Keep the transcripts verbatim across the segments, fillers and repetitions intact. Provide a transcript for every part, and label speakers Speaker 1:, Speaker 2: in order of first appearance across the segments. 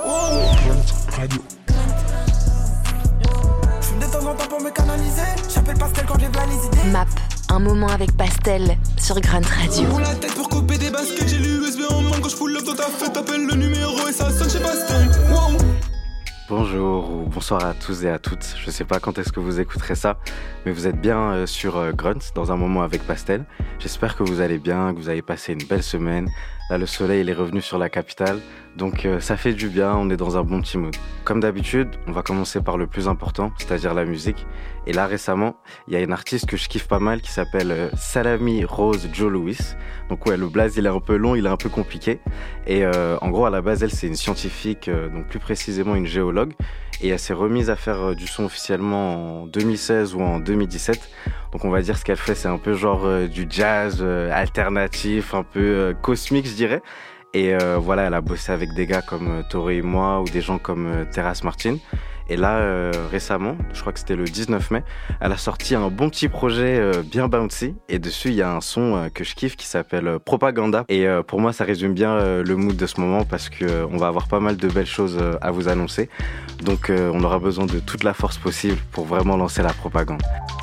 Speaker 1: Radio.
Speaker 2: Je fume de temps en temps pour me canaliser. J'appelle Pastel quand j'ai plein les idées.
Speaker 3: Map, un moment avec Pastel sur Grunt Radio.
Speaker 4: Pour la tête pour couper des baskets, j'ai l'U S B en main. Quand je pull up dans ta fête, t'appelles le numéro et ça sonne chez Pastel. Wow.
Speaker 5: Bonjour ou bonsoir à tous et à toutes. Je sais pas quand est-ce que vous écouterez ça, mais vous êtes bien euh, sur euh, Grunt dans un moment avec Pastel. J'espère que vous allez bien, que vous avez passé une belle semaine. Là, le soleil il est revenu sur la capitale, donc euh, ça fait du bien, on est dans un bon petit mood. Comme d'habitude, on va commencer par le plus important, c'est-à-dire la musique. Et là, récemment, il y a une artiste que je kiffe pas mal qui s'appelle euh, Salami Rose Joe Louis. Donc ouais, le blaze il est un peu long, il est un peu compliqué. Et euh, en gros, à la base, elle c'est une scientifique, euh, donc plus précisément une géologue. Et elle s'est remise à faire euh, du son officiellement en deux mille seize ou en deux mille dix-sept. Donc on va dire ce qu'elle fait, c'est un peu genre euh, du jazz euh, alternatif, un peu euh, cosmique je dirais. Et euh, voilà, elle a bossé avec des gars comme euh, Toré et moi ou des gens comme euh, Terrace Martin. Et là, euh, récemment, je crois que c'était le dix-neuf mai, elle a sorti un bon petit projet euh, bien bouncy. Et dessus, il y a un son euh, que je kiffe qui s'appelle euh, Propaganda. Et euh, pour moi, ça résume bien euh, le mood de ce moment parce qu'on euh, va avoir pas mal de belles choses euh, à vous annoncer. Donc, euh, on aura besoin de toute la force possible pour vraiment lancer la propagande.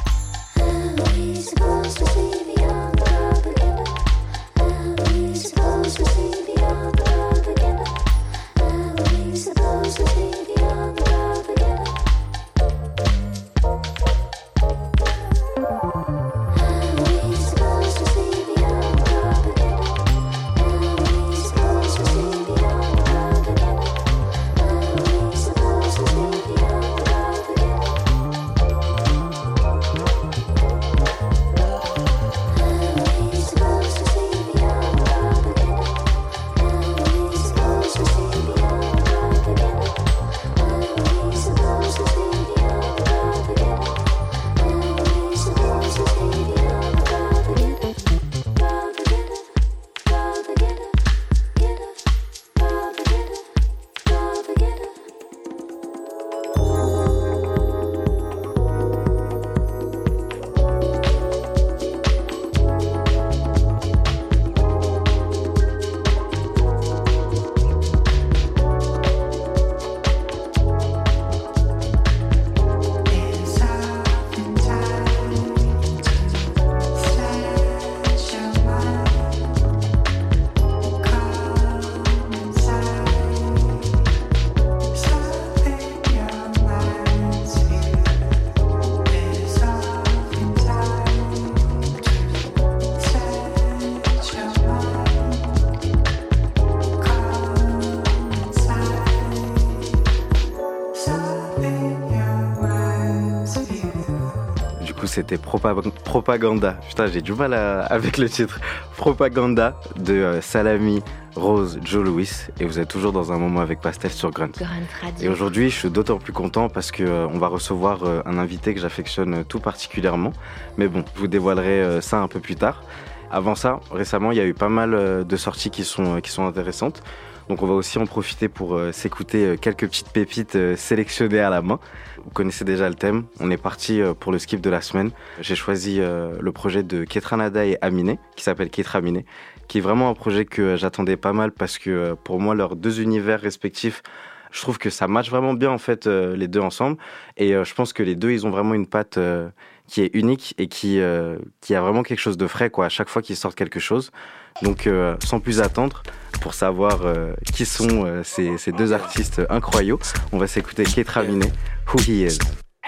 Speaker 5: C'était Propaganda. Putain, j'ai du mal à, avec le titre. Propaganda de euh, Salami Rose Joe Louis. Et vous êtes toujours dans un moment avec Pastel sur Grunt.
Speaker 3: Grunt Radio.
Speaker 5: Et aujourd'hui, je suis d'autant plus content parce qu'on euh, va recevoir euh, un invité que j'affectionne euh, tout particulièrement. Mais bon, je vous dévoilerai euh, ça un peu plus tard. Avant ça, récemment, il y a eu pas mal euh, de sorties qui sont, euh, qui sont intéressantes. Donc on va aussi en profiter pour euh, s'écouter euh, quelques petites pépites euh, sélectionnées à la main. Vous connaissez déjà le thème, on est parti euh, pour le skip de la semaine. J'ai choisi euh, le projet de Ketranada et Aminé, qui s'appelle Ketra Aminé, qui est vraiment un projet que euh, j'attendais pas mal parce que euh, pour moi, leurs deux univers respectifs, je trouve que ça match vraiment bien en fait euh, les deux ensemble. Et euh, je pense que les deux, ils ont vraiment une patte euh, qui est unique et qui, euh, qui a vraiment quelque chose de frais quoi, à chaque fois qu'ils sortent quelque chose. Donc euh, sans plus attendre, pour savoir euh, qui sont euh, ces, ces deux artistes incroyables, on va s'écouter Ketra Aminé, Who He Is.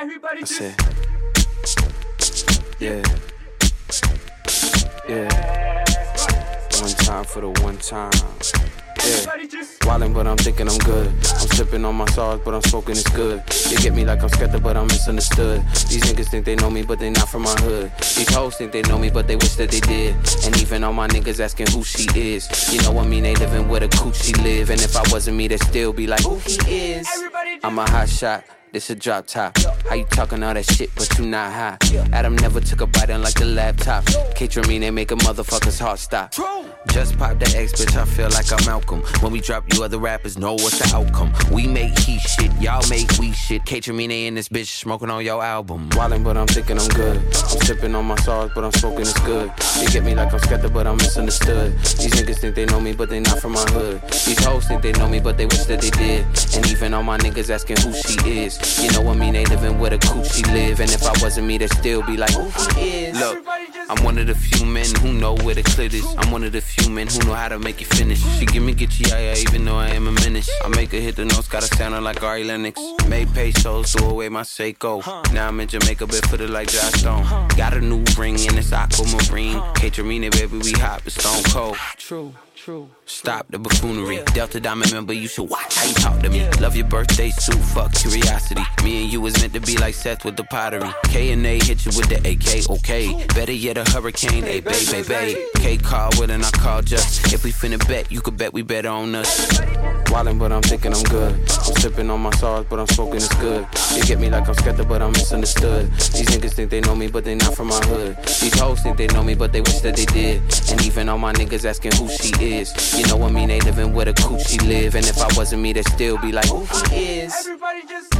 Speaker 4: I say, yeah, yeah, one time for the one time. Yeah, wildin' but I'm thinking I'm good. I'm sipping on my sauce but I'm smoking it's good. You get me like I'm skeptic but I'm misunderstood. These niggas think they know me but they not from my hood. These hoes think they know me but they wish that they did. And even all my niggas asking who she is. You know what I mean, they living where the coochie live. And if I wasn't me they'd still be like who he is. I'm a hot shot, this a drop top. How you talking all that shit, but you not high? Adam never took a bite unlike the laptop. K-Tramine, they make a motherfucker's heart stop. Just pop the X, bitch, I feel like I'm Malcolm. When we drop, you other rappers know what's the outcome. We make he shit, y'all make we shit. K-Tramine in this bitch, smoking on your album. Wildin', but I'm thinking I'm good. I'm sipping on my sauce, but I'm smoking it's good. You get me like I'm scattered, but I'm misunderstood. These niggas think they know me, but they not from my hood. These hoes think they know me, but they wish that they did. And even all my niggas asking who she is. You know what I mean, they living where the coochie live. And if I wasn't me, they'd still be like, who he is. Look, I'm one of the few men who know where the clit is. I'm one of the few men who know how to make you finish. She give me Gitchy, yeah, yeah, even though I am a menace. I make her hit the notes, gotta sound like Ari Lennox. Made pesos, threw away my Seiko. Now I'm in Jamaica, but footed like Josh Stone. Got a new ring in this aquamarine. K-Tramine, baby, we hot, but stone cold. True. True. Stop the buffoonery. Delta Diamond member, you should watch how you talk to me. Love your birthday suit, fuck curiosity. Me and you was meant to be like Seth with the pottery. K and A hit you with the A K, okay. Better yet a hurricane, a babe, babe, babe. K call with and I call just. If we finna bet, you could bet we better on us. Wildin', but I'm thinking I'm good. I'm sipping on my sauce, but I'm smoking it's good. You get me like I'm scattered, but I'm misunderstood. These niggas think they know me, but they not from my hood. These hoes think they know me, but they wish that they did. And even all my niggas asking who she is. You know what I mean, they living where the coochie live. And if I wasn't me, they'd still be like, who he is. Everybody just...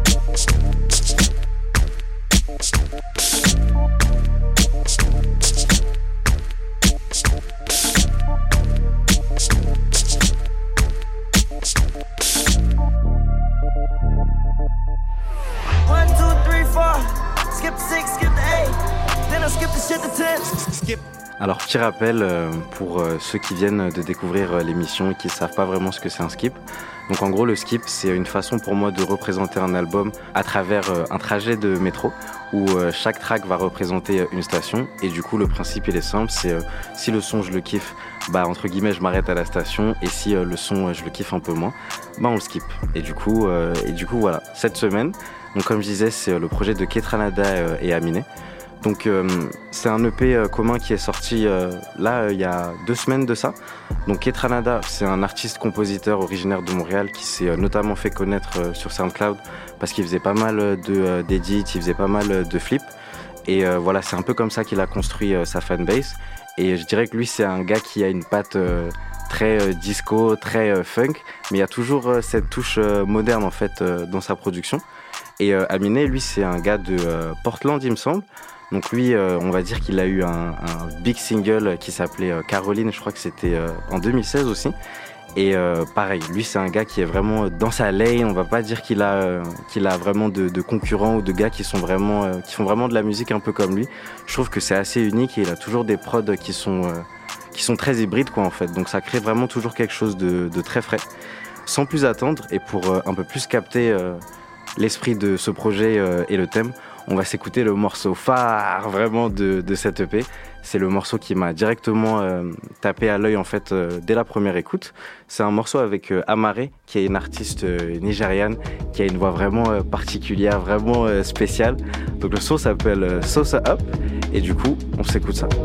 Speaker 2: One, two, three, four. Skip the six, skip the eight. Then I skip the shit to ten. Skip.
Speaker 5: Alors, petit rappel euh, pour euh, ceux qui viennent de découvrir euh, l'émission et qui ne savent pas vraiment ce que c'est un skip. Donc en gros, le skip, c'est une façon pour moi de représenter un album à travers euh, un trajet de métro où euh, chaque track va représenter une station. Et du coup, le principe, il est simple, c'est euh, si le son, je le kiffe, bah entre guillemets, je m'arrête à la station. Et si euh, le son, euh, je le kiffe un peu moins, bah on le skip. Et du coup, euh, et du coup voilà, cette semaine, donc comme je disais, c'est euh, le projet de Kaytranada euh, et Aminé. Donc euh, c'est un E P euh, commun qui est sorti euh, là il euh, y a deux semaines de ça. Donc Kaytranada, c'est un artiste-compositeur originaire de Montréal qui s'est euh, notamment fait connaître euh, sur SoundCloud parce qu'il faisait pas mal de, euh, d'édits, il faisait pas mal de flips. Et euh, voilà, c'est un peu comme ça qu'il a construit euh, sa fanbase. Et je dirais que lui, c'est un gars qui a une patte euh, très euh, disco, très euh, funk, mais il y a toujours euh, cette touche euh, moderne en fait euh, dans sa production. Et euh, Aminé, lui, c'est un gars de euh, Portland, il me semble. Donc lui, euh, on va dire qu'il a eu un, un big single qui s'appelait euh, Caroline, je crois que c'était euh, en deux mille seize aussi. Et euh, pareil, lui c'est un gars qui est vraiment dans sa lane, on va pas dire qu'il a, euh, qu'il a vraiment de, de concurrents ou de gars qui, sont vraiment, euh, qui font vraiment de la musique un peu comme lui. Je trouve que c'est assez unique et il a toujours des prods qui sont, euh, qui sont très hybrides quoi en fait. Donc ça crée vraiment toujours quelque chose de, de très frais. Sans plus attendre et pour euh, un peu plus capter euh, l'esprit de ce projet euh, et le thème, on va s'écouter le morceau phare vraiment de, de cette E P. C'est le morceau qui m'a directement euh, tapé à l'œil en fait euh, dès la première écoute. C'est un morceau avec euh, Amare, qui est une artiste euh, nigériane, qui a une voix vraiment euh, particulière, vraiment euh, spéciale. Donc le son s'appelle euh, Sosa Up et du coup on s'écoute ça.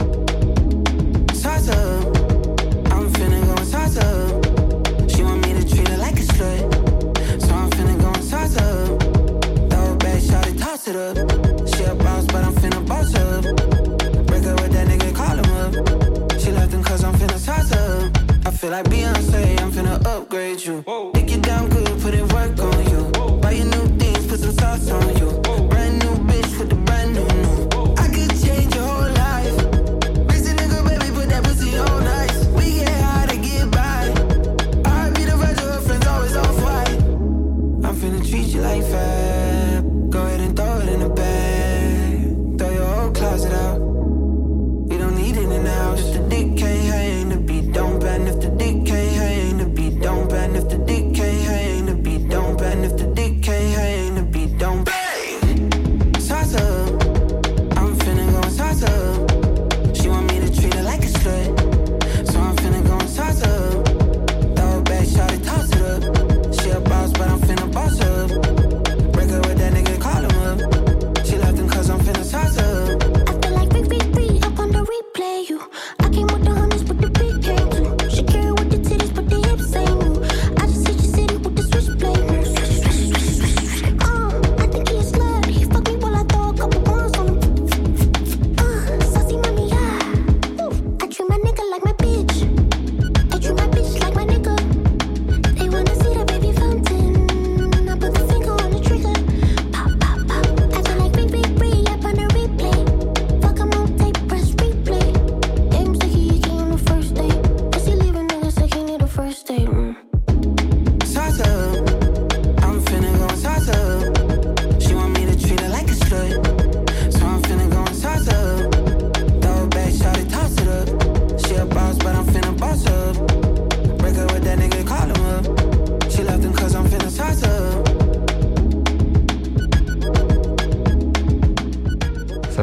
Speaker 2: It up. She a boss, but I'm finna boss up. Break up with that nigga, call him up. She left him cause I'm finna toss up. I feel like Beyonce, I'm finna upgrade you. Make you down good, put in work on you. Buy you new things, put some sauce on you. Brand new bitch with the brand new new. I could change your whole life. Busy nigga, baby, put that pussy on ice. We get high to get by. I be the rest of her friends, always off white. I'm finna treat you like fat. Go ahead and throw it in the bag. Throw your whole closet out. We don't need it in the house. If the dick can't hang, the beat don't bend. If the dick can't hang, the beat don't bend. If the dick can't hang, the beat don't bend. If the dick can't hang, the beat don't bend.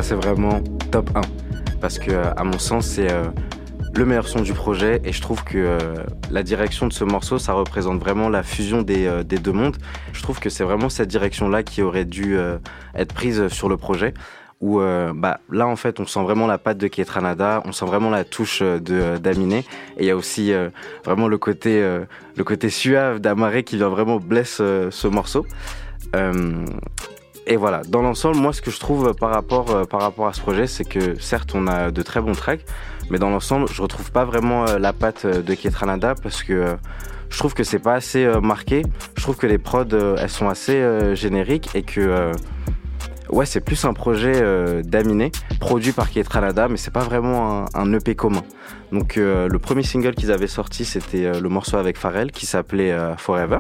Speaker 5: c'est vraiment top un. Parce que, à mon sens, c'est euh, le meilleur son du projet. Et je trouve que euh, la direction de ce morceau, ça représente vraiment la fusion des, euh, des deux mondes. Je trouve que c'est vraiment cette direction-là qui aurait dû euh, être prise sur le projet. Où euh, bah, là, en fait, on sent vraiment la patte de Kaytranada, on sent vraiment la touche de, d'Aminé. Et il y a aussi euh, vraiment le côté, euh, le côté suave d'Amaré qui vient vraiment blesser euh, ce morceau. Euh, Et voilà, dans l'ensemble, moi, ce que je trouve par rapport, euh, par rapport à ce projet, c'est que certes, on a de très bons tracks, mais dans l'ensemble, je retrouve pas vraiment euh, la patte de Kaytranada parce que euh, je trouve que c'est pas assez euh, marqué. Je trouve que les prods, euh, elles sont assez euh, génériques et que euh, ouais, c'est plus un projet euh, d'Aminé, produit par Kaytranada, mais c'est pas vraiment un, un E P commun. Donc euh, le premier single qu'ils avaient sorti, c'était euh, le morceau avec Pharrell qui s'appelait euh, Forever.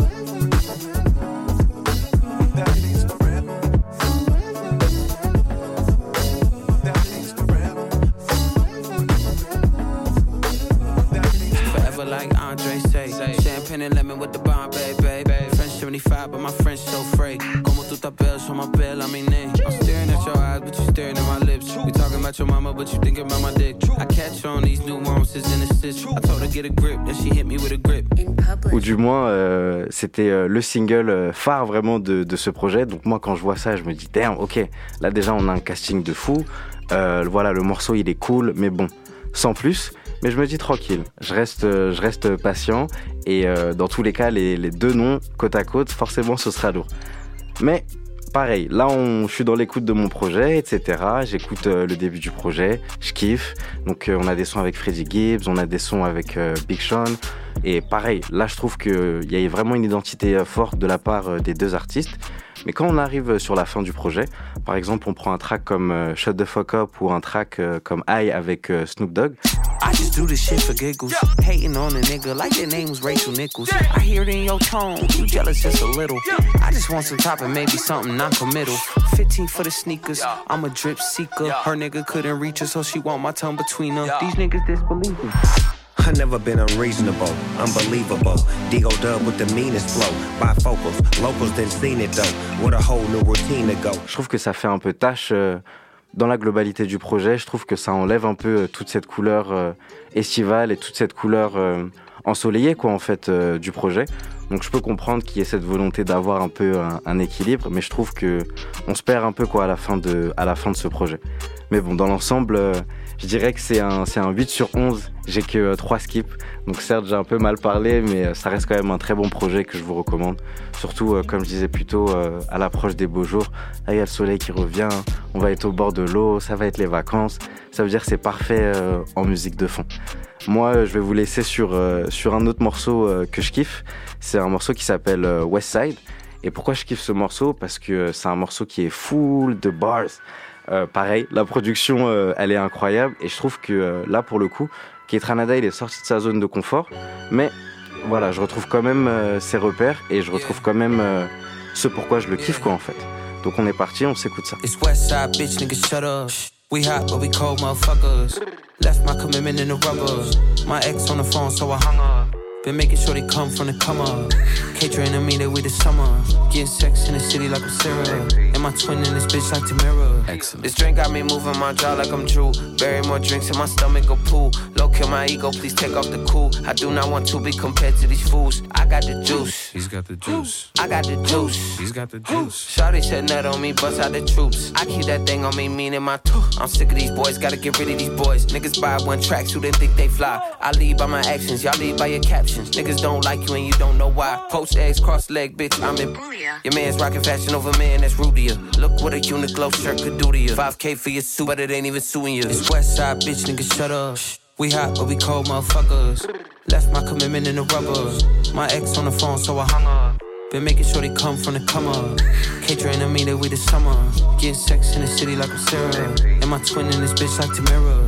Speaker 2: And lemon with the bomb, baby. French seventy-five, but my French so free. Como tu t'appelles sur ma pelle, I mean, I'm staring at your eyes, but you staring at my lips. We talking about your mama, but you thinking about my dick. I catch on these nuances and assists. I told her get a grip, then she hit me with a grip.
Speaker 5: Ou du moins, euh, c'était euh, le single phare vraiment de, de ce projet. Donc moi, quand je vois ça, je me dis, damn, ok, là déjà, on a un casting de fou. Euh, voilà, le morceau, il est cool, mais bon, sans plus. Mais je me dis tranquille, je reste, je reste patient et euh, dans tous les cas, les, les deux noms côte à côte, forcément, ce sera lourd. Mais pareil, là, on, je suis dans l'écoute de mon projet, et cetera. J'écoute euh, le début du projet, je kiffe. Donc, euh, on a des sons avec Freddie Gibbs, on a des sons avec euh, Big Sean. Et pareil, là, je trouve qu'il y a vraiment une identité euh, forte de la part euh, des deux artistes. Mais quand on arrive sur la fin du projet, par exemple, on prend un track comme euh, Shut the Fuck Up ou un track euh, comme I avec euh, Snoop Dogg.
Speaker 2: I just do this shit for giggles. Hating on a nigga like their name was Rachel Nichols. I hear it in your tone, you jealous just a little. I just want some top and maybe something non-committal. fifteen for the sneakers, I'm a drip seeker. Her nigga couldn't reach her, so she want my tongue between her. These niggas disbelieve me.
Speaker 1: I never been unreasonable, unbelievable. D O Dub with the meanest flow. Bifocals, locals didn't seen it though. What a whole new routine to go.
Speaker 5: Je trouve que ça fait un peu tâche euh, dans la globalité du projet. Je trouve que ça enlève un peu euh, toute cette couleur euh, estivale et toute cette couleur euh, ensoleillée quoi en fait euh, du projet. Donc je peux comprendre qu'il y ait cette volonté d'avoir un peu un, un équilibre, mais je trouve que on se perd un peu quoi à la fin de à la fin de ce projet. Mais bon, dans l'ensemble, euh, je dirais que c'est un, c'est un huit sur onze. J'ai que euh, trois skips. Donc certes, j'ai un peu mal parlé, mais euh, ça reste quand même un très bon projet que je vous recommande. Surtout, euh, comme je disais plus tôt, euh, à l'approche des beaux jours. Là, il y a le soleil qui revient, on va être au bord de l'eau, ça va être les vacances. Ça veut dire que c'est parfait euh, en musique de fond. Moi, euh, je vais vous laisser sur, euh, sur un autre morceau euh, que je kiffe. C'est un morceau qui s'appelle euh, West Side. Et pourquoi je kiffe ce morceau ? Parce que euh, c'est un morceau qui est full de bars. Euh, pareil, la production, euh, elle est incroyable et je trouve que euh, là, pour le coup, Kaytranada, il est sorti de sa zone de confort, mais voilà, je retrouve quand même euh, ses repères et je retrouve quand même euh, ce pourquoi je le kiffe, quoi, en fait. Donc on est parti, on s'écoute ça.
Speaker 2: It's Westside, bitch, nigga, shut up. We hot, but we cold, motherfuckers. Left my commitment in the rubber. My ex on the phone, so I hung up. Been making sure they come from the come up. Catering to me that we the summer. Getting sex in the city like I'm Sarah. And my twin in this bitch like Tamara. Excellent. This drink got me moving my jaw like I'm Drew. Bury more drinks in my stomach go pool. Low kill my ego, please take off the cool. I do not want to be compared to these fools. I got the juice.
Speaker 6: He's got the juice.
Speaker 2: I got the juice.
Speaker 6: He's got the juice.
Speaker 2: Shawty said nut on me, bust out the troops. I keep that thing on me, meaning my tooth. I'm sick of these boys, gotta get rid of these boys. Niggas buy one tracks who didn't think they fly. I lead by my actions, y'all lead by your captions. Niggas don't like you and you don't know why. Post eggs, cross leg, bitch, I'm in. Your man's rocking fashion over man, that's rude to you. Look what a Uniqlo shirt could do to you. five K for your suit, but it ain't even suing you. It's Westside, bitch, nigga, shut up. We hot, but we cold, motherfuckers. Left my commitment in the rubber. My ex on the phone, so I hung up. Been making sure they come from the come up. Catering to me that we the summer. Getting sex in the city like I'm Sarah. And my twin in this bitch like Tamara.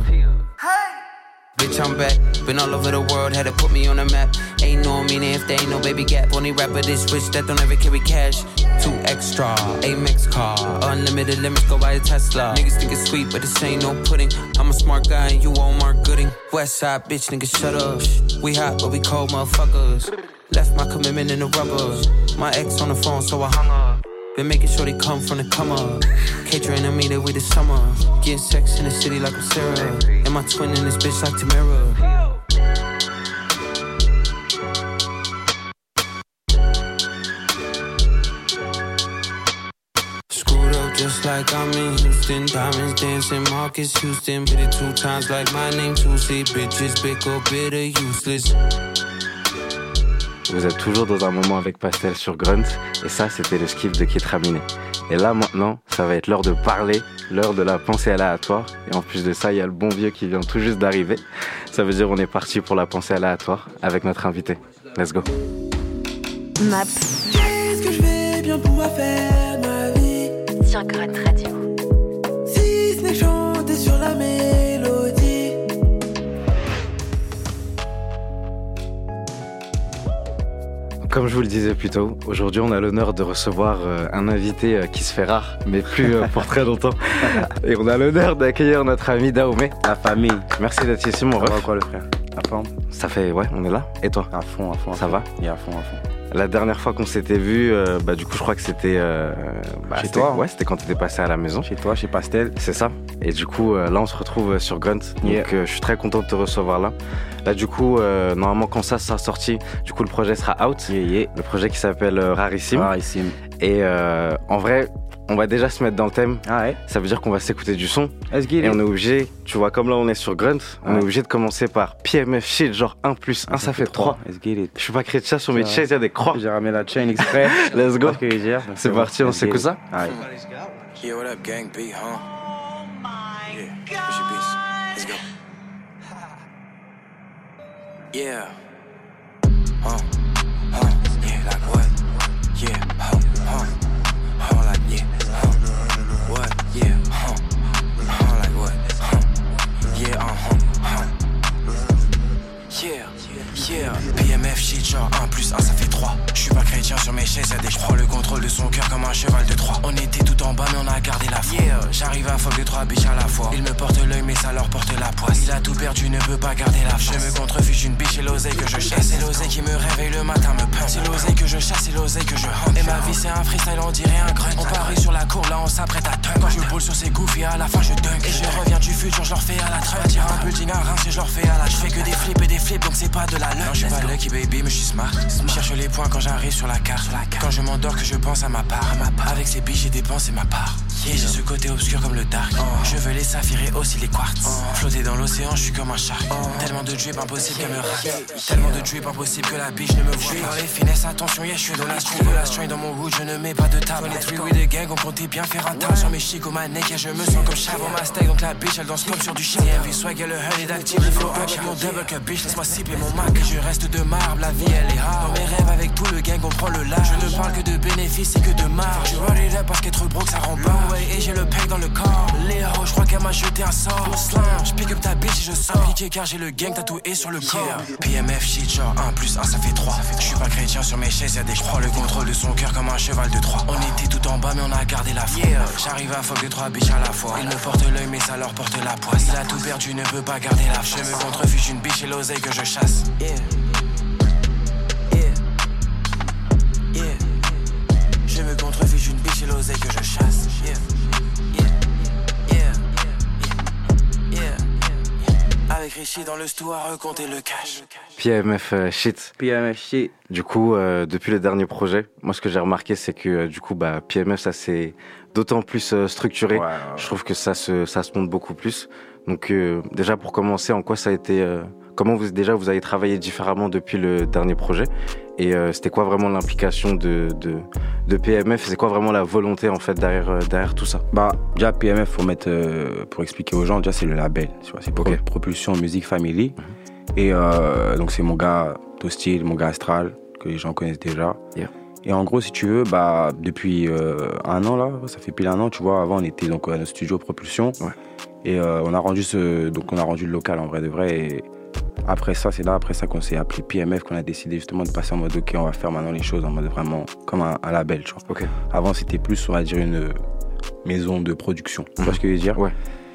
Speaker 2: Bitch, I'm back. Been all over the world, had to put me on the map. Ain't no meaning if there ain't no baby gap. Only rapper this rich that don't ever carry cash. Two extra, Amex car. Unlimited limits, go buy a Tesla. Niggas think it's sweet, but this ain't no pudding. I'm a smart guy and you own Mark Gooding. Westside, bitch, nigga, shut up. We hot, but we cold, motherfuckers. Left my commitment in the rubber. My ex on the phone, so I hung up. Been making sure they come from the come up. Catering to me that with the summer. Getting sex in the city like I'm Sarah. And my twin in this bitch like Tamara. Screwed up just like I'm in Houston. Diamonds dancing, Marcus Houston. Did it two times like my name. Two see bitches, big or bitter, useless.
Speaker 5: Vous êtes toujours dans un moment avec Pastel sur Grunt, et ça c'était le skip de Kid Raminé. Et là maintenant, ça va être l'heure de parler, l'heure de la pensée aléatoire, et en plus de ça, il y a le bon vieux qui vient tout juste d'arriver. Ça veut dire on est parti pour la pensée aléatoire avec notre invité. Let's go.
Speaker 3: Map.
Speaker 2: Qu'est-ce que je vais bien pouvoir faire de ma vie
Speaker 3: Sur Grunt Radio.
Speaker 2: Si ce n'est chanter sur la mélodie.
Speaker 5: Comme je vous le disais plus tôt, aujourd'hui on a l'honneur de recevoir euh, un invité euh, qui se fait rare, mais plus euh, pour très longtemps. Et on a l'honneur d'accueillir notre ami Dahomey.
Speaker 7: La famille.
Speaker 5: Merci d'être ici mon ref.
Speaker 7: Ça va quoi le frère? À fond.
Speaker 5: Ça fait, ouais, on est là. Et toi?
Speaker 7: À fond, à fond.
Speaker 5: Ça va?
Speaker 7: Et à fond, à fond.
Speaker 5: La dernière fois qu'on s'était vu, euh, bah du coup je crois que c'était euh, bah,
Speaker 7: chez
Speaker 5: c'était,
Speaker 7: toi.
Speaker 5: Ouais, c'était quand t'étais passé à la maison.
Speaker 7: Chez toi, chez Pastel.
Speaker 5: C'est ça. Et du coup euh, là on se retrouve sur Grunt.
Speaker 7: Yeah.
Speaker 5: Donc euh, je suis très content de te recevoir là. Là du coup euh, normalement quand ça sera sorti, du coup le projet sera out.
Speaker 7: Yeah, yeah.
Speaker 5: Le projet qui s'appelle euh, Rarissime.
Speaker 7: Rarissime.
Speaker 5: Et euh, en vrai, on va déjà se mettre dans le thème.
Speaker 7: Ah ouais.
Speaker 5: Ça veut dire qu'on va s'écouter du son.
Speaker 7: Let's get it.
Speaker 5: Et on est obligé, tu vois, comme là on est sur Grunt, on
Speaker 7: Ouais.
Speaker 5: est obligé de commencer par P M F shit, genre un plus un, ça, ça fait trois.
Speaker 7: Let's get it.
Speaker 5: Je suis pas chrétien, sur mes chaises, il y a des croix.
Speaker 7: J'ai ramené la chaîne exprès.
Speaker 5: Let's go.
Speaker 7: Que dire,
Speaker 5: C'est parti, on s'écoute ça.
Speaker 7: Ouais.
Speaker 8: Yeah, what up, gang B, huh? Yeah, what's your bitch? Let's go. Yeah. Huh? Huh? Yeah, like what? Yeah. Huh? Huh? Huh? Like yeah. Huh? What? Yeah. Huh? Huh? Like what? Huh? Yeah. Uh huh. Huh? Yeah. Yeah. P M F shit, genre un plus un ça fait trois. J'suis pas chrétien sur mes chaises, y'a des j'prends le contrôle de son cœur comme un cheval de Troie. On était tout en bas mais on a gardé la foi. Yeah. J'arrive à fuck de trois bitches à la fois. Il me porte l'œil mais ça leur porte la poisse. Il a tout perdu, ne peut pas garder la face. Je me contrefiche une biche et l'oseille que je chasse. C'est l'oseille qui me réveille le matin, me pump. C'est l'oseille que je chasse, c'est l'oseille que je hunt. Et ma vie c'est un freestyle, on dirait un grunt. On parie sur la cour, là on s'apprête à dunk. Quand je boule sur ces gouffes et à la fin je dunk. Et je reviens du futur, je leur fais à la trappe. Tire un building à Reims et je leur fais à la. Je fais que des flips et des flips donc c'est pas de la luck. Non, je suis pas lucky baby mais je suis smart. Cherche les points quand j'arrive sur la carte. Quand je m'endors que je pense à ma part. Avec ces billes j'ai dépensé ma part. Et j'ai ce côté obscur comme le dark. Je veux les saphirs et aussi les quartz. Flotter dans l'océan, je suis comme un shark. Tellement de drip impossible qu'elle me rate. Tellement de drip impossible que la biche ne me voit. Dans les finesses, attention, yeah, je suis dans la street. De la strain dans mon hood, je ne mets pas de table. On est three with the gang, on comptait bien faire un tas. Sur mes chics au mannequin, yeah, je me sens comme Chavo ma steak. Donc la biche, elle danse comme sur du chien. T M V swag, et le hull est actif. Le flow active, mon double cup, bitch, laisse-moi sipper mon Mac. Je reste de marbre, la vie elle est hard. Dans mes rêves avec tout le gang, on prend le large. Je ne parle que de bénéfices et que de marge. Je roll it up parce qu'être broke ça rend pas. Ouais, et j'ai le pack dans le corps. Léo, je crois qu'elle m'a jeté un sort. Slam, je pick up ta bitch et je sors. Appliqué car j'ai le gang tatoué sur le corps. Yeah. P M F shit, genre un plus un ça fait trois. Je suis pas chrétien sur mes chaises, y'a des j'prends le contrôle de son cœur comme un cheval de Troie. On était tout en bas mais on a gardé la foi. Yeah. J'arrive à fuck de trois bitches à la fois. Il me porte l'œil mais ça leur porte la poisse. Il a tout perdu, ne peut pas garder la foi. Je me contrefiche une biche et l'oseille que je chasse. Yeah. Yeah. Yeah. Je me contrefiche une biche et l'oseille que je chasse. Yeah. Yeah. Yeah. Yeah. Yeah. Avec Richie dans le stu à recompter le cash.
Speaker 5: P M F euh, shit.
Speaker 7: P M F shit.
Speaker 5: Du coup, euh, depuis le dernier projet, moi ce que j'ai remarqué c'est que euh, du coup bah P M F ça c'est d'autant plus euh, structuré.
Speaker 7: Ouais, ouais.
Speaker 5: Je trouve que ça se ça se monte beaucoup plus. Donc euh, déjà pour commencer, en quoi ça a été euh, comment vous déjà vous avez travaillé différemment depuis le dernier projet et euh, c'était quoi vraiment l'implication de de de P M F, c'est quoi vraiment la volonté en fait derrière euh, derrière tout ça?
Speaker 7: Bah déjà P M F faut mettre euh, pour expliquer aux gens, déjà c'est le label, tu vois, c'est Pro-
Speaker 5: Okay.
Speaker 7: Propulsion Music Family. Mm-hmm. Et euh, donc c'est mon gars Tostil, mon gars Astral que les gens connaissent déjà.
Speaker 5: Yeah.
Speaker 7: Et en gros, si tu veux, bah, depuis euh, un an, là, ça fait pile un an, tu vois, avant on était donc à notre studio Propulsion.
Speaker 5: Ouais.
Speaker 7: Et euh, on a rendu ce, donc on a rendu le local en vrai de vrai. Et après ça, c'est là, après ça qu'on s'est appelé P M F, qu'on a décidé justement de passer en mode ok, on va faire maintenant les choses en mode vraiment comme un, un label, tu vois.
Speaker 5: Okay.
Speaker 7: Avant, c'était plus, on va dire, une maison de production. Tu
Speaker 5: mmh.
Speaker 7: vois ce que je veux dire?
Speaker 5: Ouais.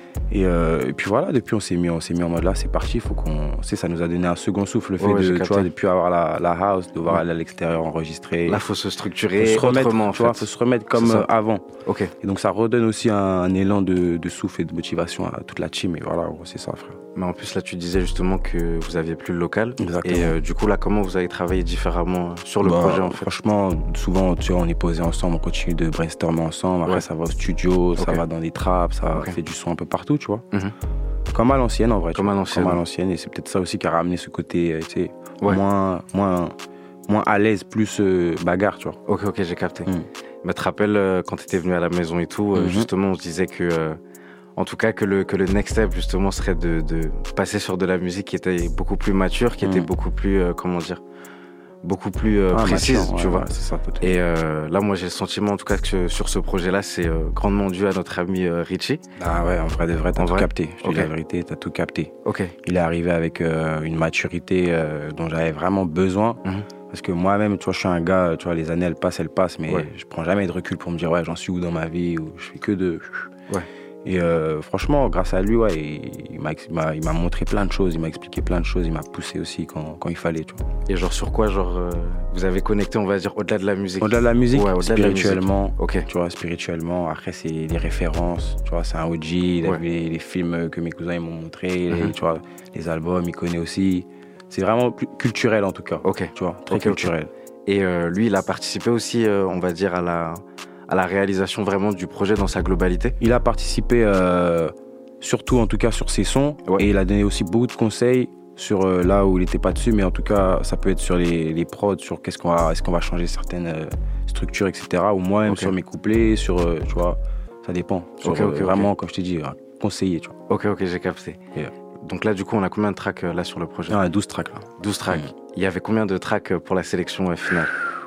Speaker 7: Et, euh, et puis voilà, depuis on s'est mis, on s'est mis en mode là, c'est parti, faut qu'on, c'est, ça nous a donné un second souffle, le fait
Speaker 5: Ouais, j'ai
Speaker 7: de, tu
Speaker 5: capté.
Speaker 7: vois, de plus avoir la, la house, de devoir
Speaker 5: Ouais.
Speaker 7: aller à l'extérieur enregistrer.
Speaker 5: Là, faut se structurer
Speaker 7: faut se remettre,
Speaker 5: autrement, en
Speaker 7: tu vois,
Speaker 5: fait.
Speaker 7: faut se remettre comme
Speaker 5: C'est ça.
Speaker 7: euh, avant.
Speaker 5: Ok.
Speaker 7: Et donc ça redonne aussi un, un élan de, de souffle et de motivation à toute la team. Et voilà, gros, c'est ça, frère.
Speaker 5: Mais en plus, là, tu disais justement que vous aviez plus le local.
Speaker 7: Exactement.
Speaker 5: Et euh, du coup, là, comment vous avez travaillé différemment sur le
Speaker 7: Bah,
Speaker 5: projet, en fait?
Speaker 7: Franchement, souvent, tu vois, on est posé ensemble, on continue de brainstormer ensemble. Après,
Speaker 5: Ouais.
Speaker 7: ça va au studio, ça
Speaker 5: Ok.
Speaker 7: va dans des traps, ça
Speaker 5: Ok.
Speaker 7: fait du son un peu partout, tu vois.
Speaker 5: Mhm.
Speaker 7: Comme à l'ancienne, en vrai. tu
Speaker 5: Comme
Speaker 7: vois.
Speaker 5: à l'ancienne.
Speaker 7: Comme à l'ancienne. Et c'est peut-être ça aussi qui a ramené ce côté, euh, tu sais,
Speaker 5: Ouais.
Speaker 7: moins, moins, moins à l'aise, plus euh, bagarre, tu vois.
Speaker 5: Ok, ok, j'ai capté.
Speaker 7: Mm.
Speaker 5: Mais tu te rappelles, euh, quand tu étais venu à la maison et tout, euh,
Speaker 7: Mhm.
Speaker 5: justement, on se disait que, euh, en tout cas, que le, que le next step, justement, serait de, de passer sur de la musique qui était beaucoup plus mature, qui
Speaker 7: Mhm.
Speaker 5: était beaucoup plus, euh, comment dire, beaucoup plus euh,
Speaker 7: Ah,
Speaker 5: précise,
Speaker 7: mature,
Speaker 5: tu
Speaker 7: ouais,
Speaker 5: vois.
Speaker 7: ouais, c'est ça, peut-être.
Speaker 5: Et euh, là, moi, j'ai le sentiment, en tout cas, que sur ce projet-là, c'est euh, grandement dû à notre ami euh, Richie.
Speaker 7: Ah ouais, en vrai de vrai, t'as
Speaker 5: En
Speaker 7: tout
Speaker 5: vrai
Speaker 7: capté. Je te
Speaker 5: Ok.
Speaker 7: dis la vérité, t'as tout capté.
Speaker 5: Ok.
Speaker 7: Il est arrivé avec euh, une maturité euh, dont j'avais vraiment besoin.
Speaker 5: Mhm.
Speaker 7: Parce que moi-même, tu vois, je suis un gars, tu vois, les années, elles passent, elles passent, mais
Speaker 5: Ouais.
Speaker 7: je prends jamais de recul pour me dire, ouais, j'en suis où dans ma vie, ou je fais que de...
Speaker 5: Ouais.
Speaker 7: Et euh, franchement, grâce à lui, ouais, il, il m'a, il m'a- il m'a montré plein de choses, il m'a expliqué plein de choses, il m'a poussé aussi quand, quand il fallait, tu vois.
Speaker 5: Et genre, sur quoi, genre, euh, vous avez connecté, on va dire, au-delà de la musique?
Speaker 7: Au-delà de la musique,
Speaker 5: Ouais, au-delà de la musique.
Speaker 7: spirituellement,
Speaker 5: Ok.
Speaker 7: tu vois, spirituellement. Après, c'est les références, tu vois, c'est un O G, il a
Speaker 5: Ouais.
Speaker 7: vu les, les films que mes cousins ils m'ont montrés,
Speaker 5: Mhm.
Speaker 7: les, tu vois, les albums, il connaît aussi. C'est vraiment plus culturel, en tout cas.
Speaker 5: Ok.
Speaker 7: Tu vois, très
Speaker 5: Ok, ok.
Speaker 7: culturel.
Speaker 5: Et euh, lui, il a participé aussi, euh, on va dire, à la, à la réalisation vraiment du projet dans sa globalité.
Speaker 7: Il a participé euh, surtout, en tout cas, sur ses sons.
Speaker 5: Ouais.
Speaker 7: Et il a donné aussi beaucoup de conseils sur euh, là où il n'était pas dessus. Mais en tout cas, ça peut être sur les, les prods, sur qu'est-ce qu'on va, est-ce qu'on va changer certaines euh, structures, et cetera. Ou moi-même
Speaker 5: Ok.
Speaker 7: sur mes couplets, sur, euh, tu vois, ça dépend. Sur,
Speaker 5: Ok, ok,
Speaker 7: euh,
Speaker 5: ok.
Speaker 7: vraiment, comme je t'ai dit, un conseiller, tu vois.
Speaker 5: Ok, ok, j'ai capté.
Speaker 7: Yeah.
Speaker 5: Donc là, du coup, on a combien de tracks euh, là sur le projet?
Speaker 7: Il y en a douze tracks, là.
Speaker 5: douze tracks.
Speaker 7: Mm.
Speaker 5: Il y avait combien de tracks euh, pour la sélection euh, finale?